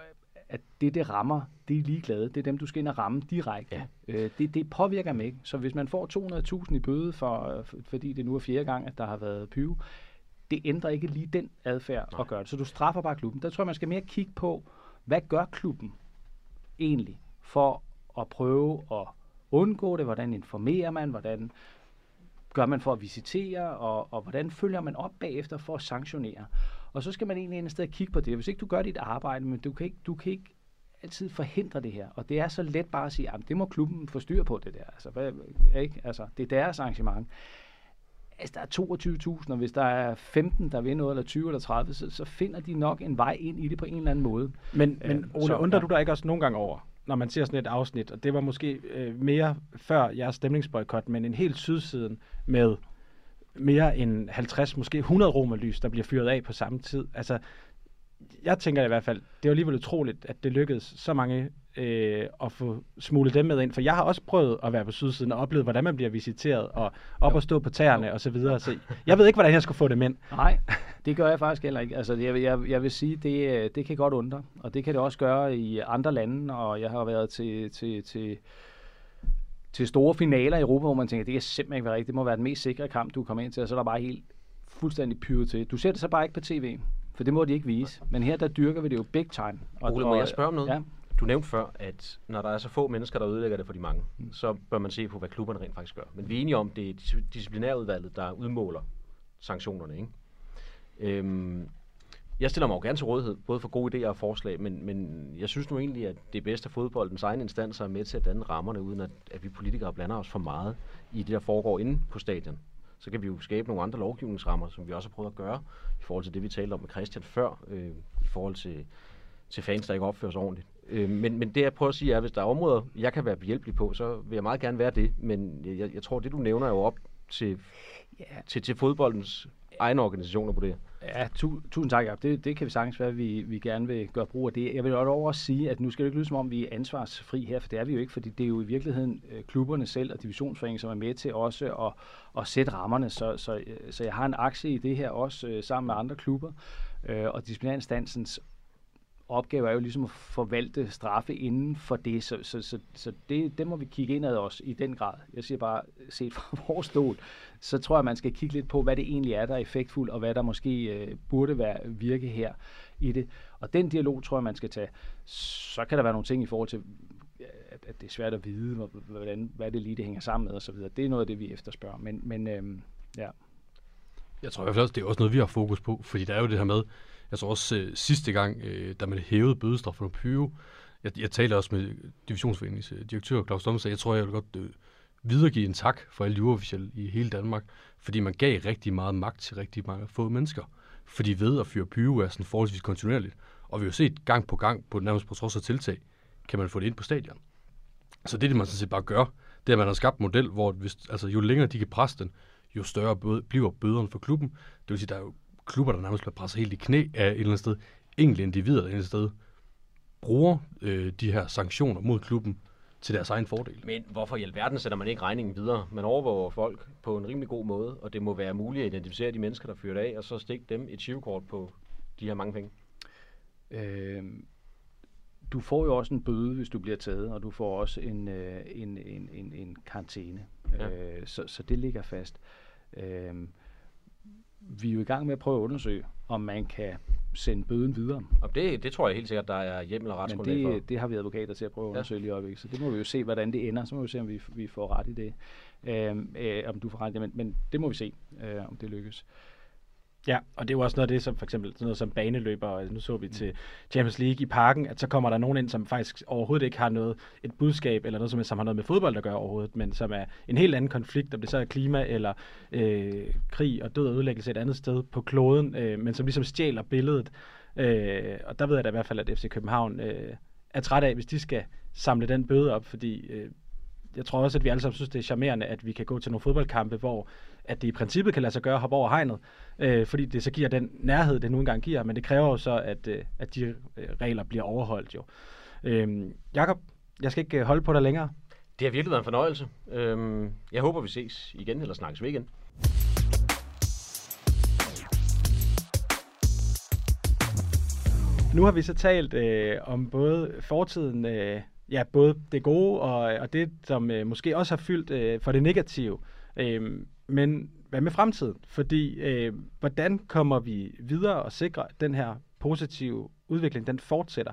at det, det rammer, det er ligeglade. Det er dem, du skal ind og ramme direkte. Ja. Øh, det, det påvirker dem ikke. Så hvis man får to hundrede tusind i bøde, for, for, fordi det nu er fjerde gang, at der har været pyro, det ændrer ikke lige den adfærd Nej. at gøre det. Så du straffer bare klubben. Der tror jeg, man skal mere kigge på, hvad gør klubben egentlig for at prøve at undgå det? Hvordan informerer man? Hvordan gør man for at visitere? Og, og hvordan følger man op bagefter for at sanktionere? Og så skal man egentlig et sted kigge på det. Hvis ikke du gør dit arbejde, men du kan ikke, du kan ikke altid forhindre det her. Og det er så let bare at sige, at det må klubben få styr på det der. Altså, hvad, ikke? Altså, det er deres arrangement. Altså, der er toogtyve tusind, og hvis der er femten, der vil noget, eller tyve eller tredive, så, så finder de nok en vej ind i det på en eller anden måde. Men, Øh, men Ole, så, undrer ja. du dig ikke også nogle gange over, når man ser sådan et afsnit, og det var måske øh, mere før jeres stemningsboykot, men en helt sydsiden med mere end halvtreds, måske hundrede romerlys, der bliver fyret af på samme tid. Altså, jeg tænker i hvert fald, det er jo alligevel utroligt, at det lykkedes så mange øh, at få smuglet dem med ind. For jeg har også prøvet at være på sydsiden og oplevet, hvordan man bliver visiteret og op og stå på tæerne og så videre. Så jeg ved ikke, hvordan jeg skulle få dem ind. Nej, det gør jeg faktisk heller ikke. Altså, jeg, jeg, jeg vil sige, det, det kan godt undre, og det kan det også gøre i andre lande, og jeg har været til, til, til, til store finaler i Europa, hvor man tænker, det kan simpelthen ikke være rigtigt. Det må være den mest sikre kamp, du kommer ind til, og så er der bare helt fuldstændig pyret til. Du ser det så bare ikke på tv, for det må de ikke vise. Men her, der dyrker vi det jo big time. Og, Ole, må jeg spørge om noget? Ja. Du nævnte før, at når der er så få mennesker, der ødelægger det for de mange, mm. så bør man se på, hvad klubberne rent faktisk gør. Men vi er enige om, det er dis- disciplinærudvalget, der udmåler sanktionerne, ikke? Øhm, jeg stiller mig jo gerne til rådighed, både for gode idéer og forslag, men, men jeg synes nu egentlig, at det er bedst at fodboldens egne instanser er med til at danne rammerne, uden at, at vi politikere blander os for meget i det, der foregår inde på stadion. Så kan vi jo skabe nogle andre lovgivningsrammer, som vi også har prøvet at gøre, i forhold til det, vi talte om med Christian før, øh, i forhold til, til fans, der ikke opfører sig ordentligt. Øh, men, men det, jeg prøver at sige, er, at hvis der er områder, jeg kan være behjælpelig på, så vil jeg meget gerne være det. Men jeg, jeg tror, det du nævner er jo op til, Ja. til, til fodboldens egne organisationer på det. Ja, tu, tusind tak, Jacob. Det, det kan vi sagtens være, at vi, vi gerne vil gøre brug af det. Jeg vil dog også sige, at nu skal det ikke lyde som om, vi er ansvarsfri her, for det er vi jo ikke, fordi det er jo i virkeligheden øh, klubberne selv og divisionsforeningen, som er med til også at, at sætte rammerne. Så, så, øh, så jeg har en aktie i det her også øh, sammen med andre klubber, øh, og disciplinærinstansens opgave er jo ligesom at forvalte straffe inden for det, så, så, så, så det, det må vi kigge indad også i den grad. Jeg siger bare, set fra vores stol, så tror jeg, man skal kigge lidt på, hvad det egentlig er, der er effektfuldt, og hvad der måske øh, burde være virke her i det. Og den dialog tror jeg, man skal tage. Så kan der være nogle ting i forhold til, at, at det er svært at vide, hvordan, hvad det lige det hænger sammen med osv. Det er noget af det, vi efterspørger. Men, men øhm, ja. Jeg tror i hvert fald også, det er også noget, vi har fokus på, fordi der er jo det her med, jeg tror også øh, sidste gang, øh, da man hævede bødestraf for pyro, jeg, jeg talte også med divisionsforeningens øh, direktør Claus Dommer, jeg tror, jeg vil godt øh, videregive en tak for alle de uofficielle i hele Danmark, fordi man gav rigtig meget magt til rigtig mange få mennesker, fordi ved at fyre pyro er sådan forholdsvis kontinuerligt, og vi har jo set gang på gang, på nærmest på trods af tiltag, kan man få det ind på stadion. Så det, det man sådan set bare gør, det er, at man har skabt en model, hvor hvis, altså, jo længere de kan presse den, jo større bøde, bliver bøderne for klubben. Det vil sige, der er jo klubber, der nærmest bliver presset helt i knæ af et eller andet sted. Enkelte individer et eller andet sted bruger øh, de her sanktioner mod klubben til deres egen fordel. Men hvorfor i alverden sætter man ikke regningen videre? Man overvåger folk på en rimelig god måde, og det må være muligt at identificere de mennesker, der fyrer af, og så stikke dem et chivekort på de her mange penge. Øh, du får jo også en bøde, hvis du bliver taget, og du får også en, øh, en, en, en, en karantæne. Ja. Øh, så, så det ligger fast. Øh, vi er jo i gang med at prøve at undersøge, om man kan sende bøden videre. Og det, det tror jeg helt sikkert, der er hjemmel og Men retsgrundlag for. det, det har vi advokater til at prøve at Ja. undersøge lige i øjeblikket, så det må vi jo se, hvordan det ender. Så må vi se, om vi, vi får ret i det. Øhm, øh, om du får ret i det, men, men det må vi se, øh, om det lykkes. Ja, og det er jo også noget af det, som for eksempel sådan noget som baneløber, nu så vi til Champions League i parken, at så kommer der nogen ind, som faktisk overhovedet ikke har noget, et budskab, eller noget, som, som har noget med fodbold at gøre overhovedet, men som er en helt anden konflikt, om det så er klima, eller øh, krig og død og ødelæggelse et andet sted på kloden, øh, men som ligesom stjæler billedet. Øh, og der ved jeg da i hvert fald, at F C København øh, er træt af, hvis de skal samle den bøde op, fordi øh, jeg tror også, at vi alle sammen synes, det er charmerende, at vi kan gå til nogle fodboldkampe, hvor at det i princippet kan lade sig gøre at hoppe over hegnet, øh, fordi det så giver den nærhed, det nu engang giver, men det kræver jo så, at, øh, at de øh, regler bliver overholdt jo. Øh, Jakob, jeg skal ikke holde på dig længere. Det har virkelig været en fornøjelse. Øhm, jeg håber, vi ses igen, eller snakkes ved igen. Nu har vi så talt øh, om både fortiden, øh, ja, både det gode og, og det, som øh, måske også har fyldt øh, for det negative. Øh, men hvad med fremtiden? Fordi øh, hvordan kommer vi videre og sikrer, at den her positive udvikling, den fortsætter?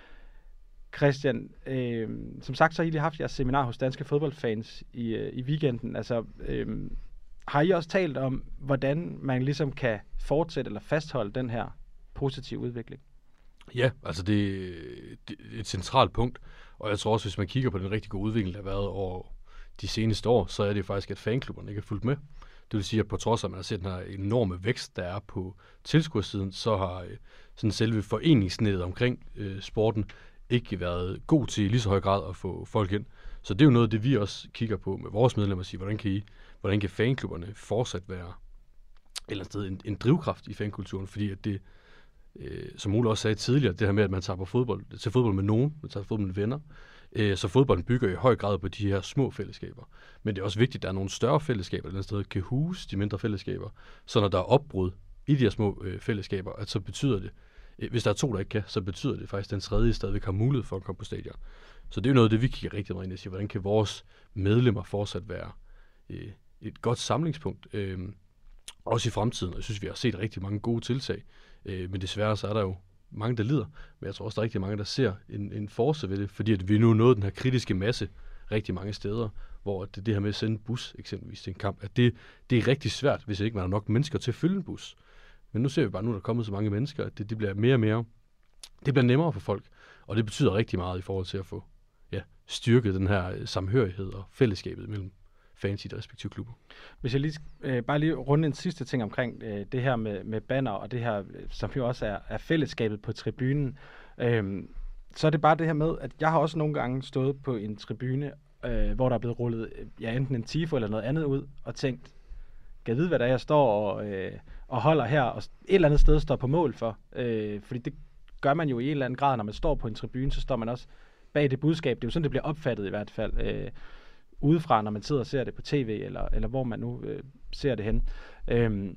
Christian, øh, som sagt, så har I lige haft jeres seminar hos danske fodboldfans i, øh, i weekenden. Altså, øh, har I også talt om, hvordan man ligesom kan fortsætte eller fastholde den her positive udvikling? Ja, altså det, det er et centralt punkt, og jeg tror også, hvis man kigger på den rigtig gode udvikling, der har været over de seneste år, så er det faktisk, at fanklubberne ikke er fulgt med. Det vil sige, at på trods af, at man har set den her enorme vækst, der er på tilskuersiden, så har øh, sådan selve foreningsnettet omkring øh, sporten ikke været god til i lige så høj grad at få folk ind. Så det er jo noget af det, vi også kigger på med vores medlemmer og siger, hvordan kan, I, hvordan kan fanklubberne fortsat være et eller andet sted en, en drivkraft i fankulturen, fordi at det, øh, som Ole også sagde tidligere, det her med, at man tager på fodbold, til fodbold med nogen, man tager fodbold med venner, øh, så fodbolden bygger i høj grad på de her små fællesskaber. Men det er også vigtigt, at der er nogle større fællesskaber, der et sted kan huse de mindre fællesskaber, så når der er opbrud i de her små øh, fællesskaber, at så betyder det, øh, hvis der er to, der ikke kan, så betyder det faktisk, at den tredje stadigvæk har mulighed for at komme på stadion. Så det er jo noget af det, vi kigger rigtig meget ind i, at sige, hvordan kan vores medlemmer fortsat være øh, et godt samlingspunkt, øh, også i fremtiden. Og jeg synes, vi har set rigtig mange gode tiltag, øh, men desværre så er der jo mange, der lider, men jeg tror også, der er rigtig mange, der ser en, en force ved det, fordi at vi nu nåede den her kritiske masse rigtig mange steder, hvor det, det her med at sende en bus eksempelvis til en kamp, at det, det er rigtig svært, hvis ikke man har nok mennesker til at fylde en bus. Men nu ser vi bare, nu der er kommet så mange mennesker, at det, det bliver mere og mere, det bliver nemmere for folk, og det betyder rigtig meget i forhold til at få ja, styrket den her samhørighed og fællesskabet mellem fans i de respektive klubber. Hvis jeg lige, øh, bare lige runde en sidste ting omkring øh, det her med, med banner, og det her, som jo også er, er fællesskabet på tribunen, øh, så er det bare det her med, at jeg har også nogle gange stået på en tribune, øh, hvor der er blevet rullet ja, enten en tifo eller noget andet ud, og tænkt, kan jeg vide, hvad der er, jeg står og, øh, og holder her, og et eller andet sted står på mål for. Øh, fordi det gør man jo i en eller anden grad, når man står på en tribune, så står man også bag det budskab. Det er jo sådan, det bliver opfattet i hvert fald. Øh, udefra, når man sidder og ser det på tv, eller, eller hvor man nu øh, ser det hen. Øhm,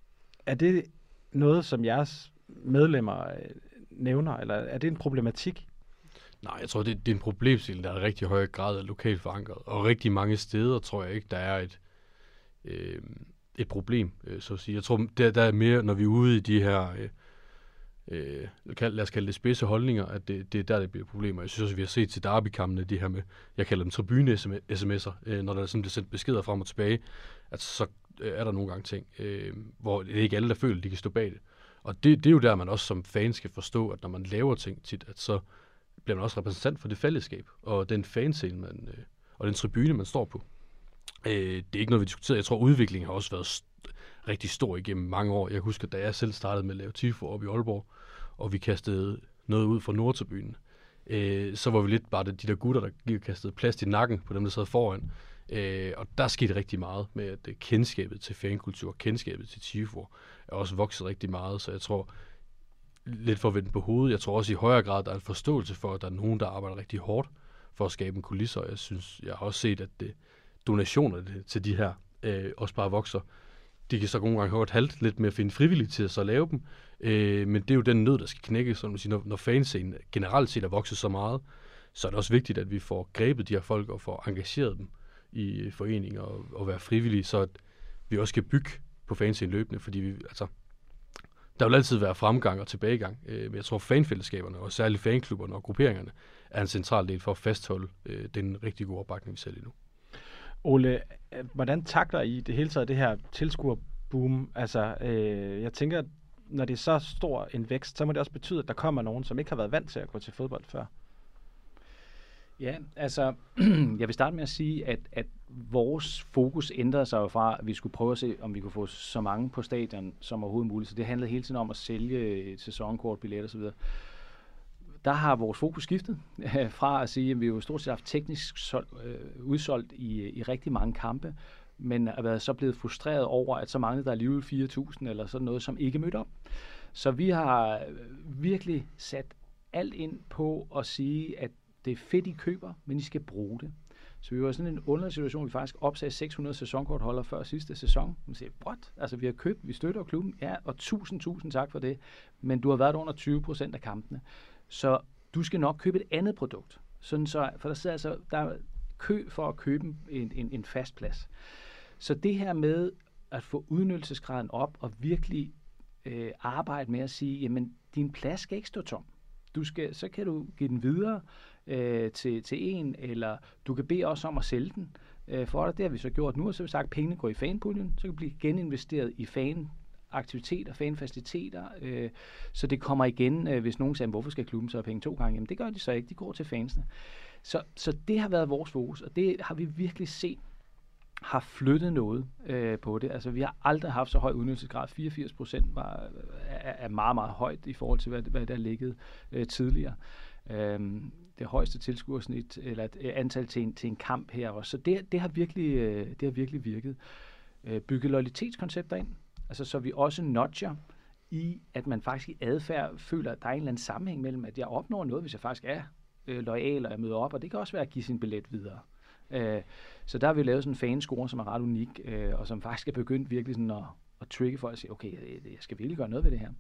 er det noget, som jeres medlemmer øh, nævner, eller er det en problematik? Nej, jeg tror, det, det er en problemstilling, der er i rigtig høj grad er lokalt forankret, og rigtig mange steder tror jeg ikke, der er et, øh, et problem, øh, så at sige. Jeg tror, der, der er mere, når vi er ude i de her øh, Øh, lad os kalde det spidse holdninger, at det, det er der, det bliver problemer. Jeg synes også, vi har set til derbykampene, de her med, jeg kalder dem tribune-sms'er, øh, når der sådan bliver sendt beskeder frem og tilbage, at så øh, er der nogle gange ting, øh, hvor det er ikke alle, der føler, de kan stå bag det. Og det, det er jo der, man også som fan skal forstå, at når man laver ting tit, at så bliver man også repræsentant for det fællesskab, og den fanscene, man, øh, og den tribune, man står på. Øh, det er ikke noget, vi diskuterer. Jeg tror, udviklingen har også været st- rigtig stor igennem mange år. Jeg husker, da jeg selv startede med at lave tifo op i Aalborg, og vi kastede noget ud fra Nordtribunen, øh, så var vi lidt bare de der gutter, der gik og kastede plast i nakken på dem, der sad foran. Øh, og der skete rigtig meget med, at kendskabet til fankultur, kendskabet til tifo, er også vokset rigtig meget. Så jeg tror, lidt for at vende på hovedet, jeg tror også i højere grad, der er en forståelse for, at der er nogen, der arbejder rigtig hårdt for at skabe en kulisse. Og jeg synes, jeg har også set, at det, donationer til de her øh, også bare vokser. De kan så nogle gange have et halvt lidt med at finde frivilligt til at så lave dem, øh, men det er jo den nød, der skal knækkes, som man siger, når, når fanscenen generelt set er vokset så meget, så er det også vigtigt, at vi får grebet de her folk og får engageret dem i foreninger og, og være frivillige, så at vi også kan bygge på fanscenen løbende, fordi vi, altså, der vil altid være fremgang og tilbagegang, øh, men jeg tror fanfællesskaberne, og særligt fanklubberne og grupperingerne, er en central del for at fastholde øh, den rigtig gode opbakning, vi ser lige nu. Ole, hvordan takler I det hele taget det her tilskuerboom? Altså, øh, jeg tænker, når det er så stor en vækst, så må det også betyde, at der kommer nogen, som ikke har været vant til at gå til fodbold før. Ja, altså, jeg vil starte med at sige, at, at vores fokus ændrede sig jo fra, at vi skulle prøve at se, om vi kunne få så mange på stadion som overhovedet muligt. Så det handlede hele tiden om at sælge et sæsonkort, billet og så videre. Der har vores fokus skiftet fra at sige, at vi jo stort set haft teknisk sol, øh, udsolgt i, i rigtig mange kampe, men har været så blevet frustreret over, at så mange der alligevel fire tusind eller sådan noget, som ikke mødte op. Så vi har virkelig sat alt ind på at sige, at det er fedt, I køber, men I skal bruge det. Så vi var sådan en underlig situation, vi faktisk opsagde seks hundrede sæsonkortholder før sidste sæson. Man siger, what? Altså, vi har købt, vi støtter klubben, ja, og tusind, tusind tak for det, men du har været under tyve procent af kampene. Så du skal nok købe et andet produkt. Sådan så, for der sidder altså, der er kø for at købe en, en, en fast plads. Så det her med at få udnyttelsesgraden op og virkelig øh, arbejde med at sige, jamen, din plads skal ikke stå tom. Du skal, så kan du give den videre øh, til, til en, eller du kan bede os om at sælge den øh, for dig. Det har vi så gjort nu, og så har vi sagt, at pengene går i fanpuljen, så kan det blive geninvesteret i fanaktiviteter, fanfaciliteter, øh, så det kommer igen, øh, hvis nogen siger, hvorfor skal klubben så have penge to gange? Jamen det gør de så ikke, de går til fansene. Så, så det har været vores fokus, og det har vi virkelig set har flyttet noget øh, på det. Altså, vi har aldrig haft så høj udnyttelsesgrad. fireogfirs procent var, er, er meget, meget højt i forhold til, hvad, hvad der ligget øh, tidligere. Øhm, det højeste tilskuersnit, eller et antal til en, til en kamp her også. Så det, det, har, virkelig, øh, det har virkelig virket. Øh, bygge loyalitetskoncepter ind, altså, så vi også nudger i, at man faktisk i adfærd føler, at der er en eller anden sammenhæng mellem, at jeg opnår noget, hvis jeg faktisk er øh, loyal, og jeg møder op, og det kan også være at give sin billet videre. Øh, så der har vi lavet sådan en fanscore, som er ret unik, øh, og som faktisk er begyndt virkelig sådan at, at trigge folk og sige, okay, jeg skal virkelig gøre noget ved det her.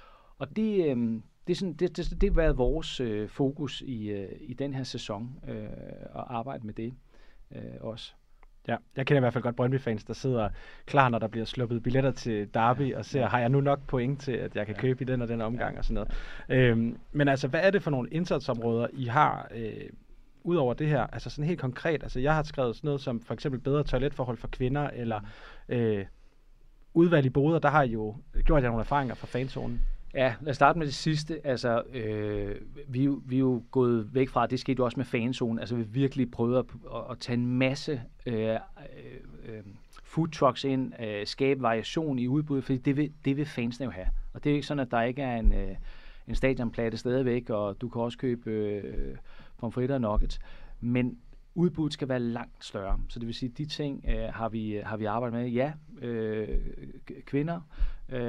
Og det, øh, det, er sådan, det, det, det har været vores øh, fokus i, øh, i den her sæson, øh, at arbejde med det øh, også. Ja, jeg kender i hvert fald godt Brøndby-fans, der sidder klar, når der bliver sluppet billetter til Derby, og ser, har jeg nu nok point til, at jeg kan købe i den og den omgang ja. og sådan noget. Øhm, men altså, hvad er det for nogle indsatsområder, I har, øh, ud over det her? Altså sådan helt konkret, altså jeg har skrevet sådan noget som for eksempel bedre toiletforhold for kvinder, eller øh, udvalg i boder, der har I jo gjort jer nogle erfaringer fra fanzonen. Ja, lad os starte med det sidste. Altså, øh, vi, vi er jo gået væk fra, det skete jo også med fanzonen, altså vi virkelig prøvede at, at, at tage en masse øh, øh, food trucks ind, øh, skabe variation i udbuddet, fordi det vil, det vil fansene jo have. Og det er ikke sådan, at der ikke er en, øh, en stadionplatte stadigvæk, og du kan også købe øh, pomfritter og nuggets. Men udbuddet skal være langt større. Så det vil sige, at de ting øh, har, vi, har vi arbejdet med. Ja, øh, kvinder øh,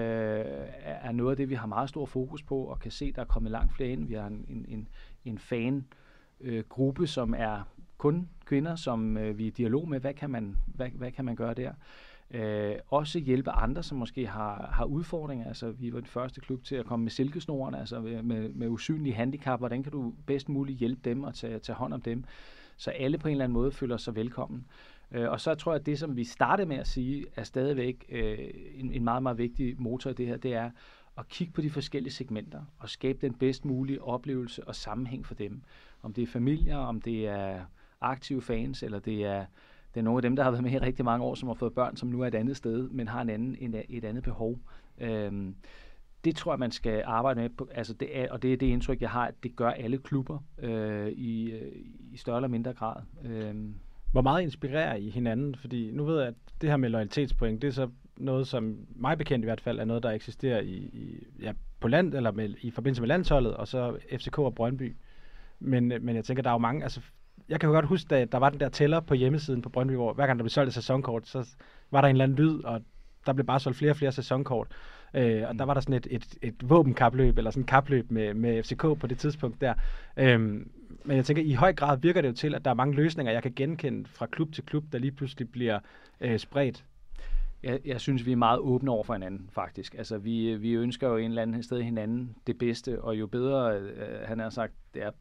er noget af det, vi har meget stor fokus på, og kan se, at der er kommet langt flere ind. Vi har en, en, en, en fangruppe, øh, som er kun kvinder, som øh, vi er i dialog med. Hvad kan man, hvad, hvad kan man gøre der? Øh, også hjælpe andre, som måske har, har udfordringer. Altså, vi var den første klub til at komme med silkesnoren, altså med, med usynlige handicap. Hvordan kan du bedst muligt hjælpe dem og tage, tage hånd om dem? Så alle på en eller anden måde føler sig velkommen. Øh, og så tror jeg, at det, som vi startede med at sige, er stadigvæk øh, en, en meget, meget vigtig motor i det her, det er at kigge på de forskellige segmenter og skabe den bedst mulige oplevelse og sammenhæng for dem. Om det er familier, om det er aktive fans, eller det er, det er nogle af dem, der har været med i rigtig mange år, som har fået børn, som nu er et andet sted, men har en anden, en, et andet behov. Øh, Det tror jeg, man skal arbejde med, på, altså det er, og det er det indtryk, jeg har, at det gør alle klubber øh, i, i større eller mindre grad. Øh. Hvor meget inspirerer I hinanden? Fordi nu ved jeg, at det her med loyalitetspoint, det er så noget, som mig bekendt i hvert fald, er noget, der eksisterer i, i, ja, på land, eller med, i forbindelse med landsholdet, og så F C K og Brøndby. Men, men jeg tænker, der er jo mange, altså jeg kan jo godt huske, at der var den der tæller på hjemmesiden på Brøndby, hvor hver gang der blev solgt et sæsonkort, så var der en eller anden lyd, og der blev bare solgt flere og flere sæsonkort. Øh, og der var der sådan et, et, et våbenkapløb, eller sådan et kapløb med, med F C K på det tidspunkt der. Øhm, men jeg tænker, i høj grad virker det jo til, at der er mange løsninger, jeg kan genkende fra klub til klub, der lige pludselig bliver øh, spredt. Jeg, jeg synes, vi er meget åbne over for hinanden, faktisk. Altså, vi, vi ønsker jo en eller anden sted hinanden det bedste, og jo bedre, øh, han har sagt, det er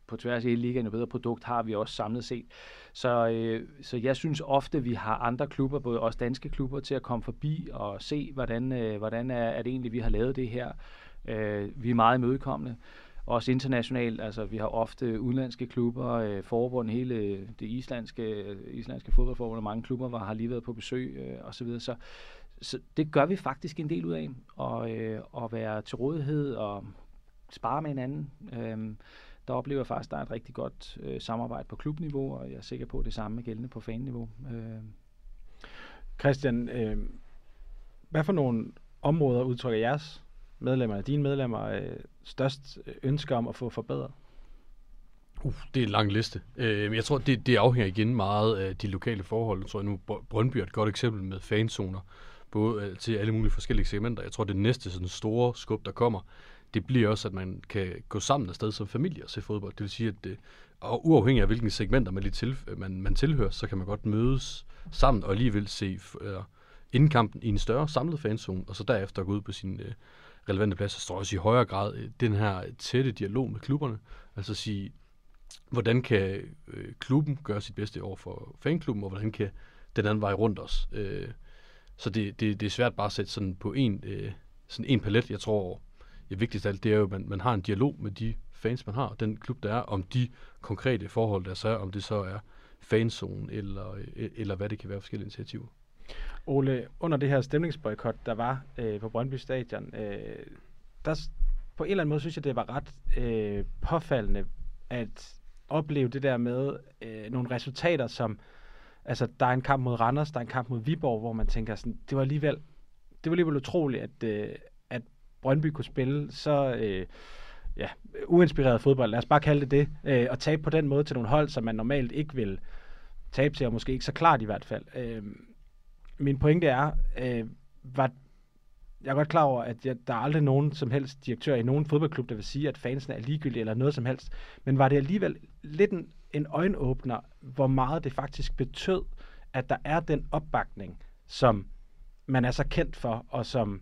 på tværs af hele ligaen et bedre produkt, har vi også samlet set. Så, øh, så jeg synes ofte, vi har andre klubber, både også danske klubber, til at komme forbi og se, hvordan, øh, hvordan er, er det egentlig, vi har lavet det her. Øh, vi er meget imødekommende. Også internationalt, altså vi har ofte udenlandske klubber, øh, forbund, hele det islandske, islandske fodboldforbund, og mange klubber var, har lige været på besøg øh, osv., så, så det gør vi faktisk en del ud af, og, øh, at være til rådighed og spare med hinanden. Øh, der oplever jeg faktisk, at der er et rigtig godt øh, samarbejde på klubniveau, og jeg er sikker på, at det samme er gældende på fanniveau. Øh. Christian, øh, hvad for nogle områder udtrykker jeres medlemmer, dine medlemmer, øh, størst ønske om at få forbedret? Uh, det er en lang liste. Øh, jeg tror, det, det afhænger igen meget af de lokale forhold. Jeg tror nu, Brøndby er et godt eksempel med fanzoner, både til alle mulige forskellige segmenter. Jeg tror, det næste sådan store skub, der kommer, det bliver også, at man kan gå sammen afsted som familie og se fodbold. Det vil sige, at det, og uafhængig af hvilken segmenter man, lige til, man, man tilhører, så kan man godt mødes sammen og alligevel se uh, indkampen i en større samlet fanzone, og så derefter gå ud på sin uh, relevante plads. Så står også i højere grad uh, den her tætte dialog med klubberne. Altså sige, hvordan kan øh, klubben gøre sit bedste over for fanklubben, og hvordan kan den anden vej rundt os. Øh, så det, det, det er svært bare at sætte sådan på en, øh, sådan en palet. Jeg tror, det vigtigste af alt, det er jo, at man, man har en dialog med de fans, man har, og den klub, der er, om de konkrete forhold, der så er, om det så er fanzone, eller, øh, eller hvad det kan være forskellige initiativer. Ole, under det her stemningsboykot, der var øh, på Brøndby Stadion, øh, der på en eller anden måde synes jeg, det var ret øh, påfaldende, at opleve det der med øh, nogle resultater, som, altså der er en kamp mod Randers, der er en kamp mod Viborg, hvor man tænker sådan, det var alligevel, det var alligevel utroligt, at, øh, at Brøndby kunne spille så øh, ja, uinspireret fodbold, lad os bare kalde det det, øh, og tabe på den måde til nogle hold, som man normalt ikke vil tabe til, og måske ikke så klart i hvert fald. Øh, min pointe er, øh, var jeg er godt klar over, at jeg, der er aldrig nogen som helst direktør i nogen fodboldklub, der vil sige, at fansene er ligegyldige eller noget som helst. Men var det alligevel lidt en, en øjenåbner, hvor meget det faktisk betød, at der er den opbakning, som man er så kendt for, og som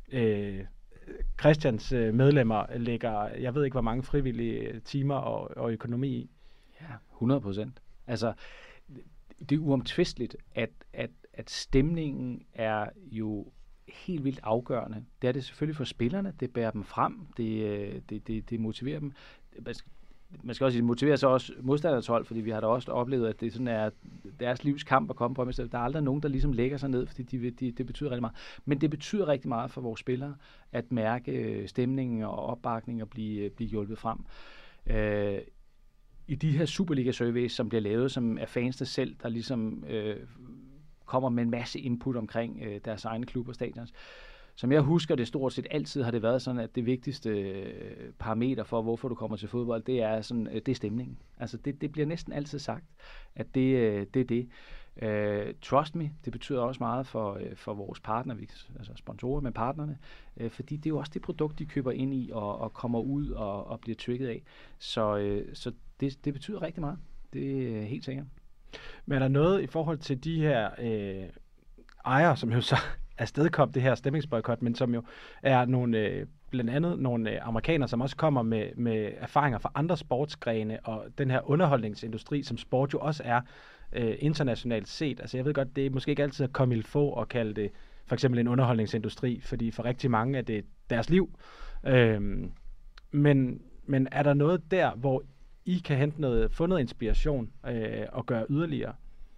øh, Christians øh, medlemmer lægger, jeg ved ikke, hvor mange frivillige timer og, og økonomi i. Ja, hundrede procent. Altså, det er uomtvisteligt, at, at, at stemningen er jo helt vildt afgørende. Det er det selvfølgelig for spillerne. Det bærer dem frem. Det, det, det, det motiverer dem. Man skal, man skal også sige, det motiverer så også modstanders hold, fordi vi har da også oplevet, at det sådan er deres livs kamp at komme på. Der er aldrig nogen, der ligesom lægger sig ned, fordi de, de, det betyder rigtig meget. Men det betyder rigtig meget for vores spillere at mærke stemningen og opbakningen og blive, blive hjulpet frem. Øh, I de her Superliga-surveys, som bliver lavet, som er fansene selv, der ligesom øh, kommer med en masse input omkring øh, deres egne klubber og stadions. Som jeg husker det stort set altid, har det været sådan, at det vigtigste øh, parameter for, hvorfor du kommer til fodbold, det er, sådan, øh, det er stemningen. Altså det, det bliver næsten altid sagt, at det, øh, det er det. Uh, trust me, det betyder også meget for, uh, for vores partner, altså sponsorer med partnerne, uh, fordi det er jo også det produkt, de køber ind i og, og kommer ud og, og bliver trigget af. Så, uh, så det, det betyder rigtig meget. Det er helt sikkert. Men er der noget i forhold til de her øh, ejere, som jo så afstedkom det her stemningsboykot, men som jo er nogle, øh, blandt andet nogle øh, amerikanere, som også kommer med, med erfaringer fra andre sportsgrene og den her underholdningsindustri, som sport jo også er øh, internationalt set. Altså jeg ved godt, det er måske ikke altid at komme il faut at kalde det for eksempel en underholdningsindustri, fordi for rigtig mange er det deres liv. Øh, men, men er der noget der, hvor I kan hente noget, få noget inspiration øh, og gøre yderligere?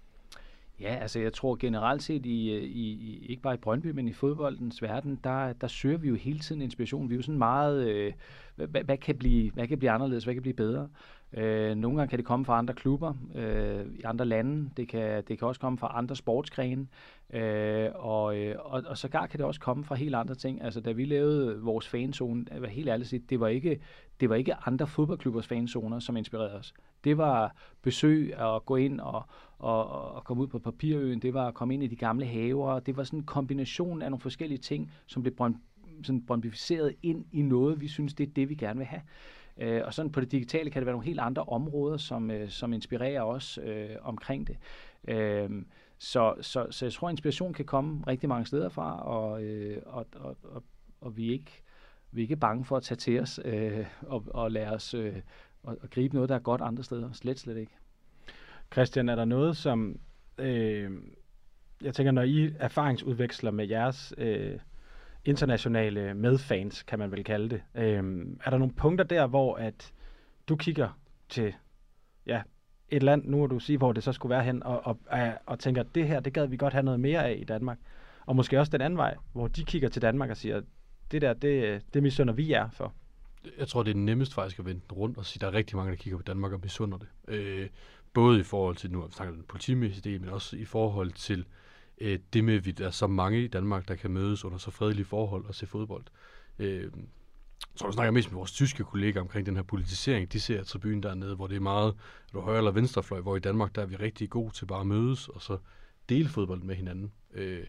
Ja, altså jeg tror generelt set i, i ikke bare i Brøndby, men i fodboldens verden, der, der søger vi jo hele tiden inspiration. Vi er jo sådan meget, øh, hvad, hvad, kan blive, hvad kan blive anderledes, hvad kan blive bedre? Øh, nogle gange kan det komme fra andre klubber øh, i andre lande. Det kan, det kan også komme fra andre sportsgrene. Øh, og, og, og sågar kan det også komme fra helt andre ting. Altså da vi lavede vores fanzone, jeg var helt ærligt set, det var ikke, det var ikke andre fodboldklubbers fanzoner, som inspirerede os. Det var besøg og gå ind og, og, og komme ud på Papirøen. Det var at komme ind i de gamle haver. Det var sådan en kombination af nogle forskellige ting, som blev brønd, sådan brøndbificeret ind i noget, vi synes, det er det, vi gerne vil have. Øh, og sådan på det digitale kan det være nogle helt andre områder, som, øh, som inspirerer os øh, omkring det. Øh, så, så, så jeg tror, at inspiration kan komme rigtig mange steder fra, og, øh, og, og, og, og vi, er ikke, vi er ikke bange for at tage til os øh, og, og lade os øh, at, at gribe noget, der er godt andre steder. Slet, slet ikke. Christian, er der noget, som... Øh, jeg tænker, når I erfaringsudveksler med jeres øh, internationale medfans, kan man vel kalde det, øh, er der nogle punkter der, hvor at du kigger til ja, et land, nu må du sige, hvor det så skulle være hen, og, og, og, og tænker, det her, det gad vi godt have noget mere af i Danmark. Og måske også den anden vej, hvor de kigger til Danmark og siger, det der, det, det misunder vi er for. Jeg tror, det er nemmest faktisk at vende den rundt og sige, at der er rigtig mange, der kigger på Danmark og misunder det. Øh, både i forhold til, nu har vi snakket om den politimæssige del, men også i forhold til øh, det med, at der er så mange i Danmark, der kan mødes under så fredelige forhold og se fodbold. Øh, jeg tror, du snakker mest med vores tyske kolleger omkring den her politisering. De ser tribunen dernede, hvor det er meget er højre- eller venstrefløj, hvor i Danmark, der er vi rigtig gode til bare at mødes og så dele fodbold med hinanden. Øh,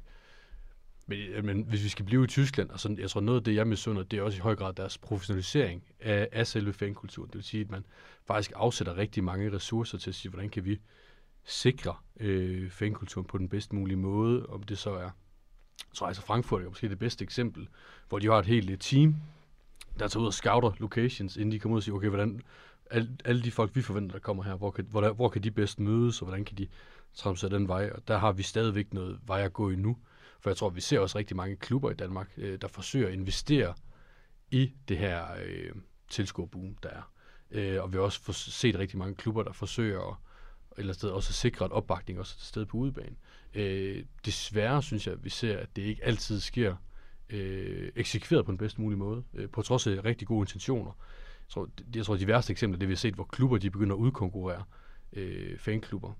Men, men hvis vi skal blive i Tyskland, og sådan, jeg tror noget af det, jeg misunder, det er også i høj grad deres professionalisering af, af selve fankulturen. Det vil sige, at man faktisk afsætter rigtig mange ressourcer til at sige, hvordan kan vi sikre øh, fankulturen på den bedst mulige måde, om det så er, jeg tror altså Frankfurt er måske det bedste eksempel, hvor de har et helt team, der tager ud og scouter locations, inden de kommer ud og siger, okay, hvordan, alle, alle de folk, vi forventer, der kommer her, hvor kan, hvor, der, hvor kan de bedst mødes, og hvordan kan de transformere den vej, og der har vi stadigvæk noget vej at gå endnu. For jeg tror, vi ser også rigtig mange klubber i Danmark, øh, der forsøger at investere i det her øh, tilskuerboom, der er. Øh, og vi har også for, set rigtig mange klubber, der forsøger at, eller sted også at sikre et opbakning også til stede på udebanen. Øh, desværre synes jeg, at vi ser, at det ikke altid sker øh, eksekveret på den bedst mulige måde, øh, på trods af rigtig gode intentioner. Jeg tror, det, jeg tror, de værste eksempler, det vi har set, hvor klubber de begynder at udkonkurrere øh, fanklubber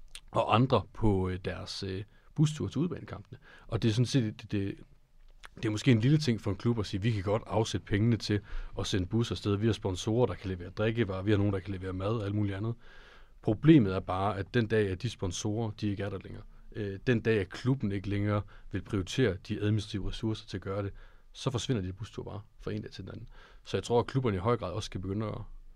og andre på øh, deres... Øh, bustur til udebanekampene. Og det er sådan set, det, det, det er måske en lille ting for en klub at sige, at vi kan godt afsætte pengene til at sende busser afsted. Vi har sponsorer, der kan levere drikkevarer, vi har nogen, der kan levere mad og alt muligt andet. Problemet er bare, at den dag, at de sponsorer, de ikke er der længere, øh, den dag, at klubben ikke længere vil prioritere de administrative ressourcer til at gøre det, så forsvinder de bustur bare fra en dag til den anden. Så jeg tror, at klubberne i høj grad også skal begynde at,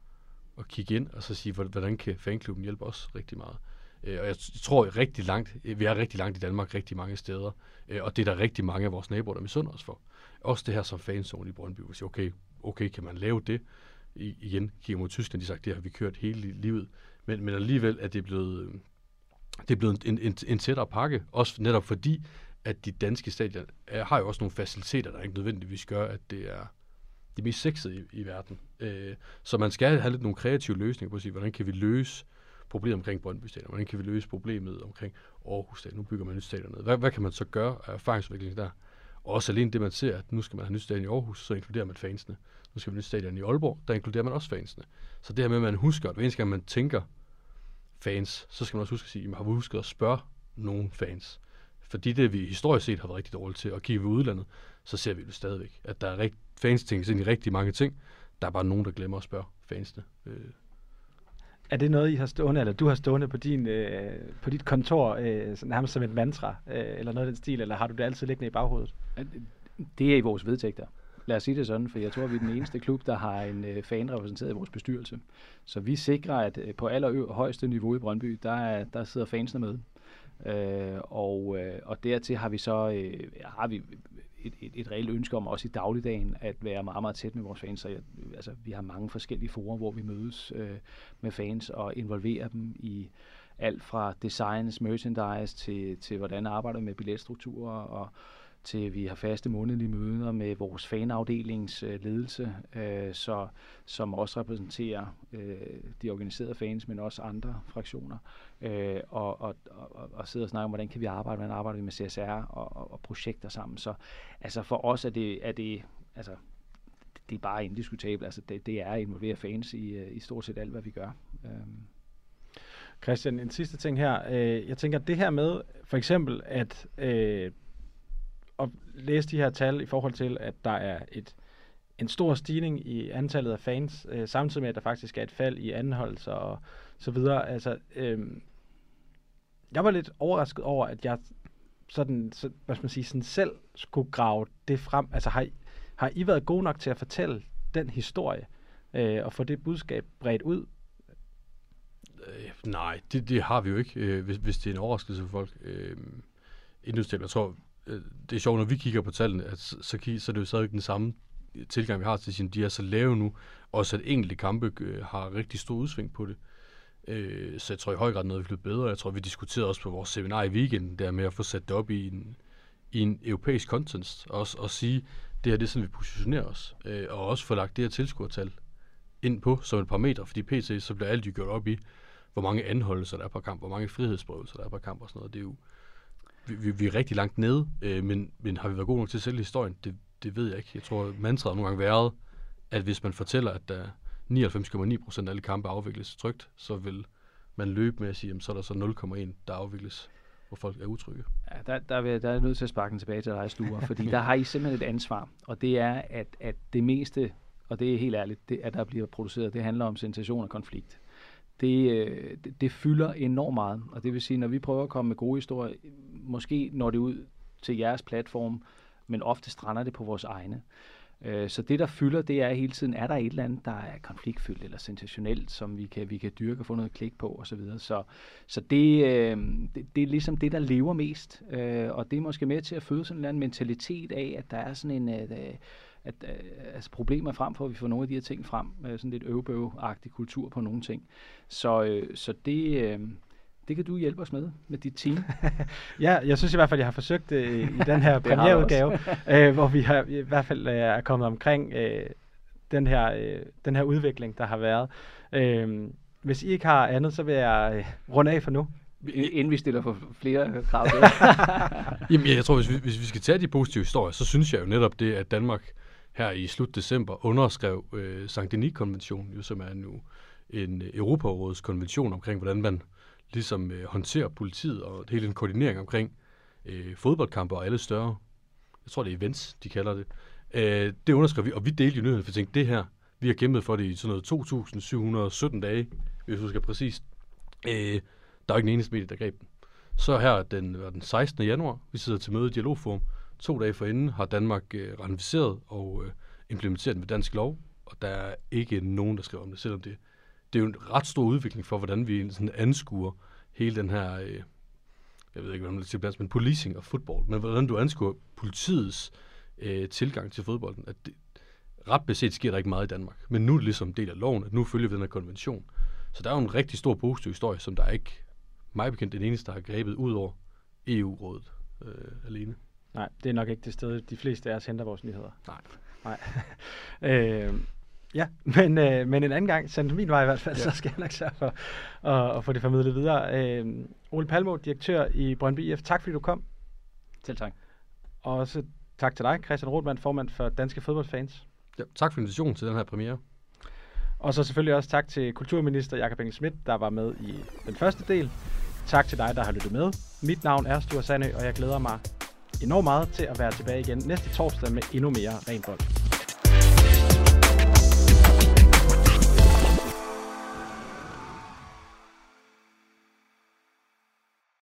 at kigge ind og så sige, hvordan kan fanklubben hjælpe os rigtig meget. Og jeg tror rigtig langt, vi er rigtig langt i Danmark, rigtig mange steder, og det er der rigtig mange af vores naboer, der misunder os for. Også det her som fanzone i Brøndby, hvor vi siger, okay, okay, kan man lave det? I, igen, kigger mod Tyskland, de sagt, det har vi kørt hele livet, men, men alligevel er det blevet, det er blevet en, en, en tættere pakke, også netop fordi, at de danske stadion er, har jo også nogle faciliteter, der ikke nødvendigvis gør, at det er det mest sexede i, i verden. Øh, så man skal have lidt nogle kreative løsninger på at sige, hvordan kan vi løse problemet omkring Brøndby Stadion? Hvordan kan vi løse problemet omkring Aarhus Stadion? Nu bygger man et nyt stadion ned. Hvad, hvad kan man så gøre af erfaringsudvikling der? Og også alene det, man ser, at nu skal man have et nyt stadion i Aarhus, så inkluderer man fansene. Nu skal man have et nyt stadion i Aalborg, der inkluderer man også fansene. Så det her med, at man husker, at hver eneste gang man tænker fans, så skal man også huske at sige, at man har husket at spørge nogle fans. Fordi det, vi historisk set har været rigtig dårligt til, at kigge ved udlandet, så ser vi det stadigvæk. At der er rigt- fans tænkes ind i rigtig mange ting. Der er bare nogen, der glemmer at spørge fansene. Øh, Er det noget, I har stående, eller du har stående på, din, øh, på dit kontor, øh, nærmest som et mantra, øh, eller noget af den stil, eller har du det altid liggende i baghovedet? Det er i vores vedtægter. Lad os sige det sådan, for jeg tror, vi er den eneste klub, der har en øh, fan repræsenteret i vores bestyrelse. Så vi sikrer, at øh, på allerhøjeste niveau i Brøndby, der, er, der sidder fansene med. Øh, og, øh, og dertil har vi så øh, har vi et, et, et reelt ønske om også i dagligdagen at være meget, meget tæt med vores fans. Så jeg, altså, vi har mange forskellige forer, hvor vi mødes øh, med fans og involverer dem i alt fra designs, merchandise til, til hvordan arbejder med billetstrukturer og til vi har faste månedlige møder med vores fanafdelings øh, ledelse, øh, så, som også repræsenterer øh, de organiserede fans, men også andre fraktioner, øh, og, og, og, og sidder og snakker om, hvordan kan vi arbejde, hvordan arbejder vi med C S R og, og, og projekter sammen. Så altså for os er det, er det, altså, det er bare indiskutabelt. Altså det, det er at involvere fans i, i stort set alt, hvad vi gør. Um. Christian, en sidste ting her. Jeg tænker, det her med for eksempel, at øh, at læse de her tal i forhold til, at der er et, en stor stigning i antallet af fans, øh, samtidig med, at der faktisk er et fald i anholdelser og så videre. Altså, øh, jeg var lidt overrasket over, at jeg sådan, så, hvad skal man sige, sådan selv skulle grave det frem. Altså, har I, har I været gode nok til at fortælle den historie øh, og få det budskab bredt ud? Øh, nej, det, det har vi jo ikke, øh, hvis, hvis det er en overraskelse for folk. Øh, industrielt, jeg tror, det er sjovt, når vi kigger på tallene, at så, så, så er det jo stadig den samme tilgang, vi har til sin, de er så lave nu, også at enkelte kampe øh, har rigtig stor udsving på det. Øh, så jeg tror i høj grad noget, vi bliver bedre. Jeg tror, vi diskuterede også på vores seminar i weekenden, der med at få sat det op i en, i en europæisk kontekst, og, og sige, det her det er sådan, vi positionerer os, øh, og også få lagt det her tilskuertal ind på som et parameter, fordi P T så bliver alt jo gjort op i, hvor mange anholdelser der er på kamp, hvor mange frihedsberøvelser der er på kamp og sådan noget. Det er jo, vi, vi, vi er rigtig langt nede, øh, men, men har vi været gode nok til at sælge historien? Det, det ved jeg ikke. Jeg tror, mantraet har nogle gange været, at hvis man fortæller, at der nioghalvfems komma ni procent af alle kampe afvikles trygt, så vil man løbe med at sige, jamen, så er der så nul komma en, der afvikles, hvor folk er utrygge. Ja, der, der, vil, der er nødt til at sparke den tilbage til dig, Sture, fordi der har I simpelthen et ansvar, og det er, at, at det meste, og det er helt ærligt, det, at der bliver produceret, det handler om sensation og konflikt. Det, det, det fylder enormt meget, og det vil sige, når vi prøver at komme med gode historier, måske når det ud til jeres platform, men ofte strander det på vores egne. Så det, der fylder, det er hele tiden, er der et eller andet, der er konfliktfyldt eller sensationelt, som vi kan, vi kan dyrke og få noget klik på osv. Så, så det, det, det er ligesom det, der lever mest, og det er måske med til at føde sådan en eller anden mentalitet af, at der er sådan en... At, at, altså problemer frem for, at vi får nogle af de her ting frem, sådan lidt øvebøv-agtig kultur på nogle ting. Så, så det... Det kan du hjælpe os med, med dit team. Ja, jeg synes i hvert fald, jeg har forsøgt øh, i den her premiereudgave, øh, hvor vi har i hvert fald øh, er kommet omkring øh, den, her, øh, den her udvikling, der har været. Øh, hvis I ikke har andet, så vil jeg øh, runde af for nu. Inden vi stiller for flere krav. Jamen, jeg tror, hvis vi, hvis vi skal tage de positive historier, så synes jeg jo netop det, at Danmark her i slut december underskrev øh, Sankt Denis-konventionen, jo, som er nu en Europarådets konvention omkring, hvordan man ligesom øh, håndterer politiet og hele den koordinering omkring øh, fodboldkampe og alle større, jeg tror det er events, de kalder det. Øh, det underskrev vi, og vi delte jo nyheden, for jeg tænkte, det her, vi har kæmpet for det i sådan noget to tusind syv hundrede og sytten dage, hvis du skal præcis. Øh, der er jo ikke en eneste medie, der greb den. Så her den, den sekstende januar, vi sidder til møde i Dialogforum, to dage forinden har Danmark øh, ratificeret og øh, implementeret den ved dansk lov, og der er ikke nogen, der skriver om det, selvom det Det er jo en ret stor udvikling for, hvordan vi sådan anskuer hele den her, øh, jeg ved ikke, hvordan det er plads, men policing og fodbold, men hvordan du anskuer politiets øh, tilgang til fodbolden. At det, ret beset sker der ikke meget i Danmark, men nu er det ligesom del af loven, at nu følger vi den her konvention. Så der er jo en rigtig stor positiv historie, som der er ikke, mig bekendt, den eneste, der har grebet ud over E U-rådet øh, alene. Nej, det er nok ikke det sted, de fleste af os henter vores nyheder. Nej. Nej. øh, Ja, men, øh, men en anden gang, send min vej i hvert fald, ja. Så skal jeg nok sørge for at, at få det formidlet videre. Øh, Ole Palmo, direktør i Brøndby I F, tak fordi du kom. Selv tak. Og også tak til dig, Christian Rothmann, formand for Danske Fodboldfans. Ja, tak for invitationen til den her premiere. Og så selvfølgelig også tak til kulturminister Jakob Engel-Schmidt, der var med i den første del. Tak til dig, der har lyttet med. Mit navn er Sture Sandø, og jeg glæder mig enormt meget til at være tilbage igen næste torsdag med endnu mere ren bold.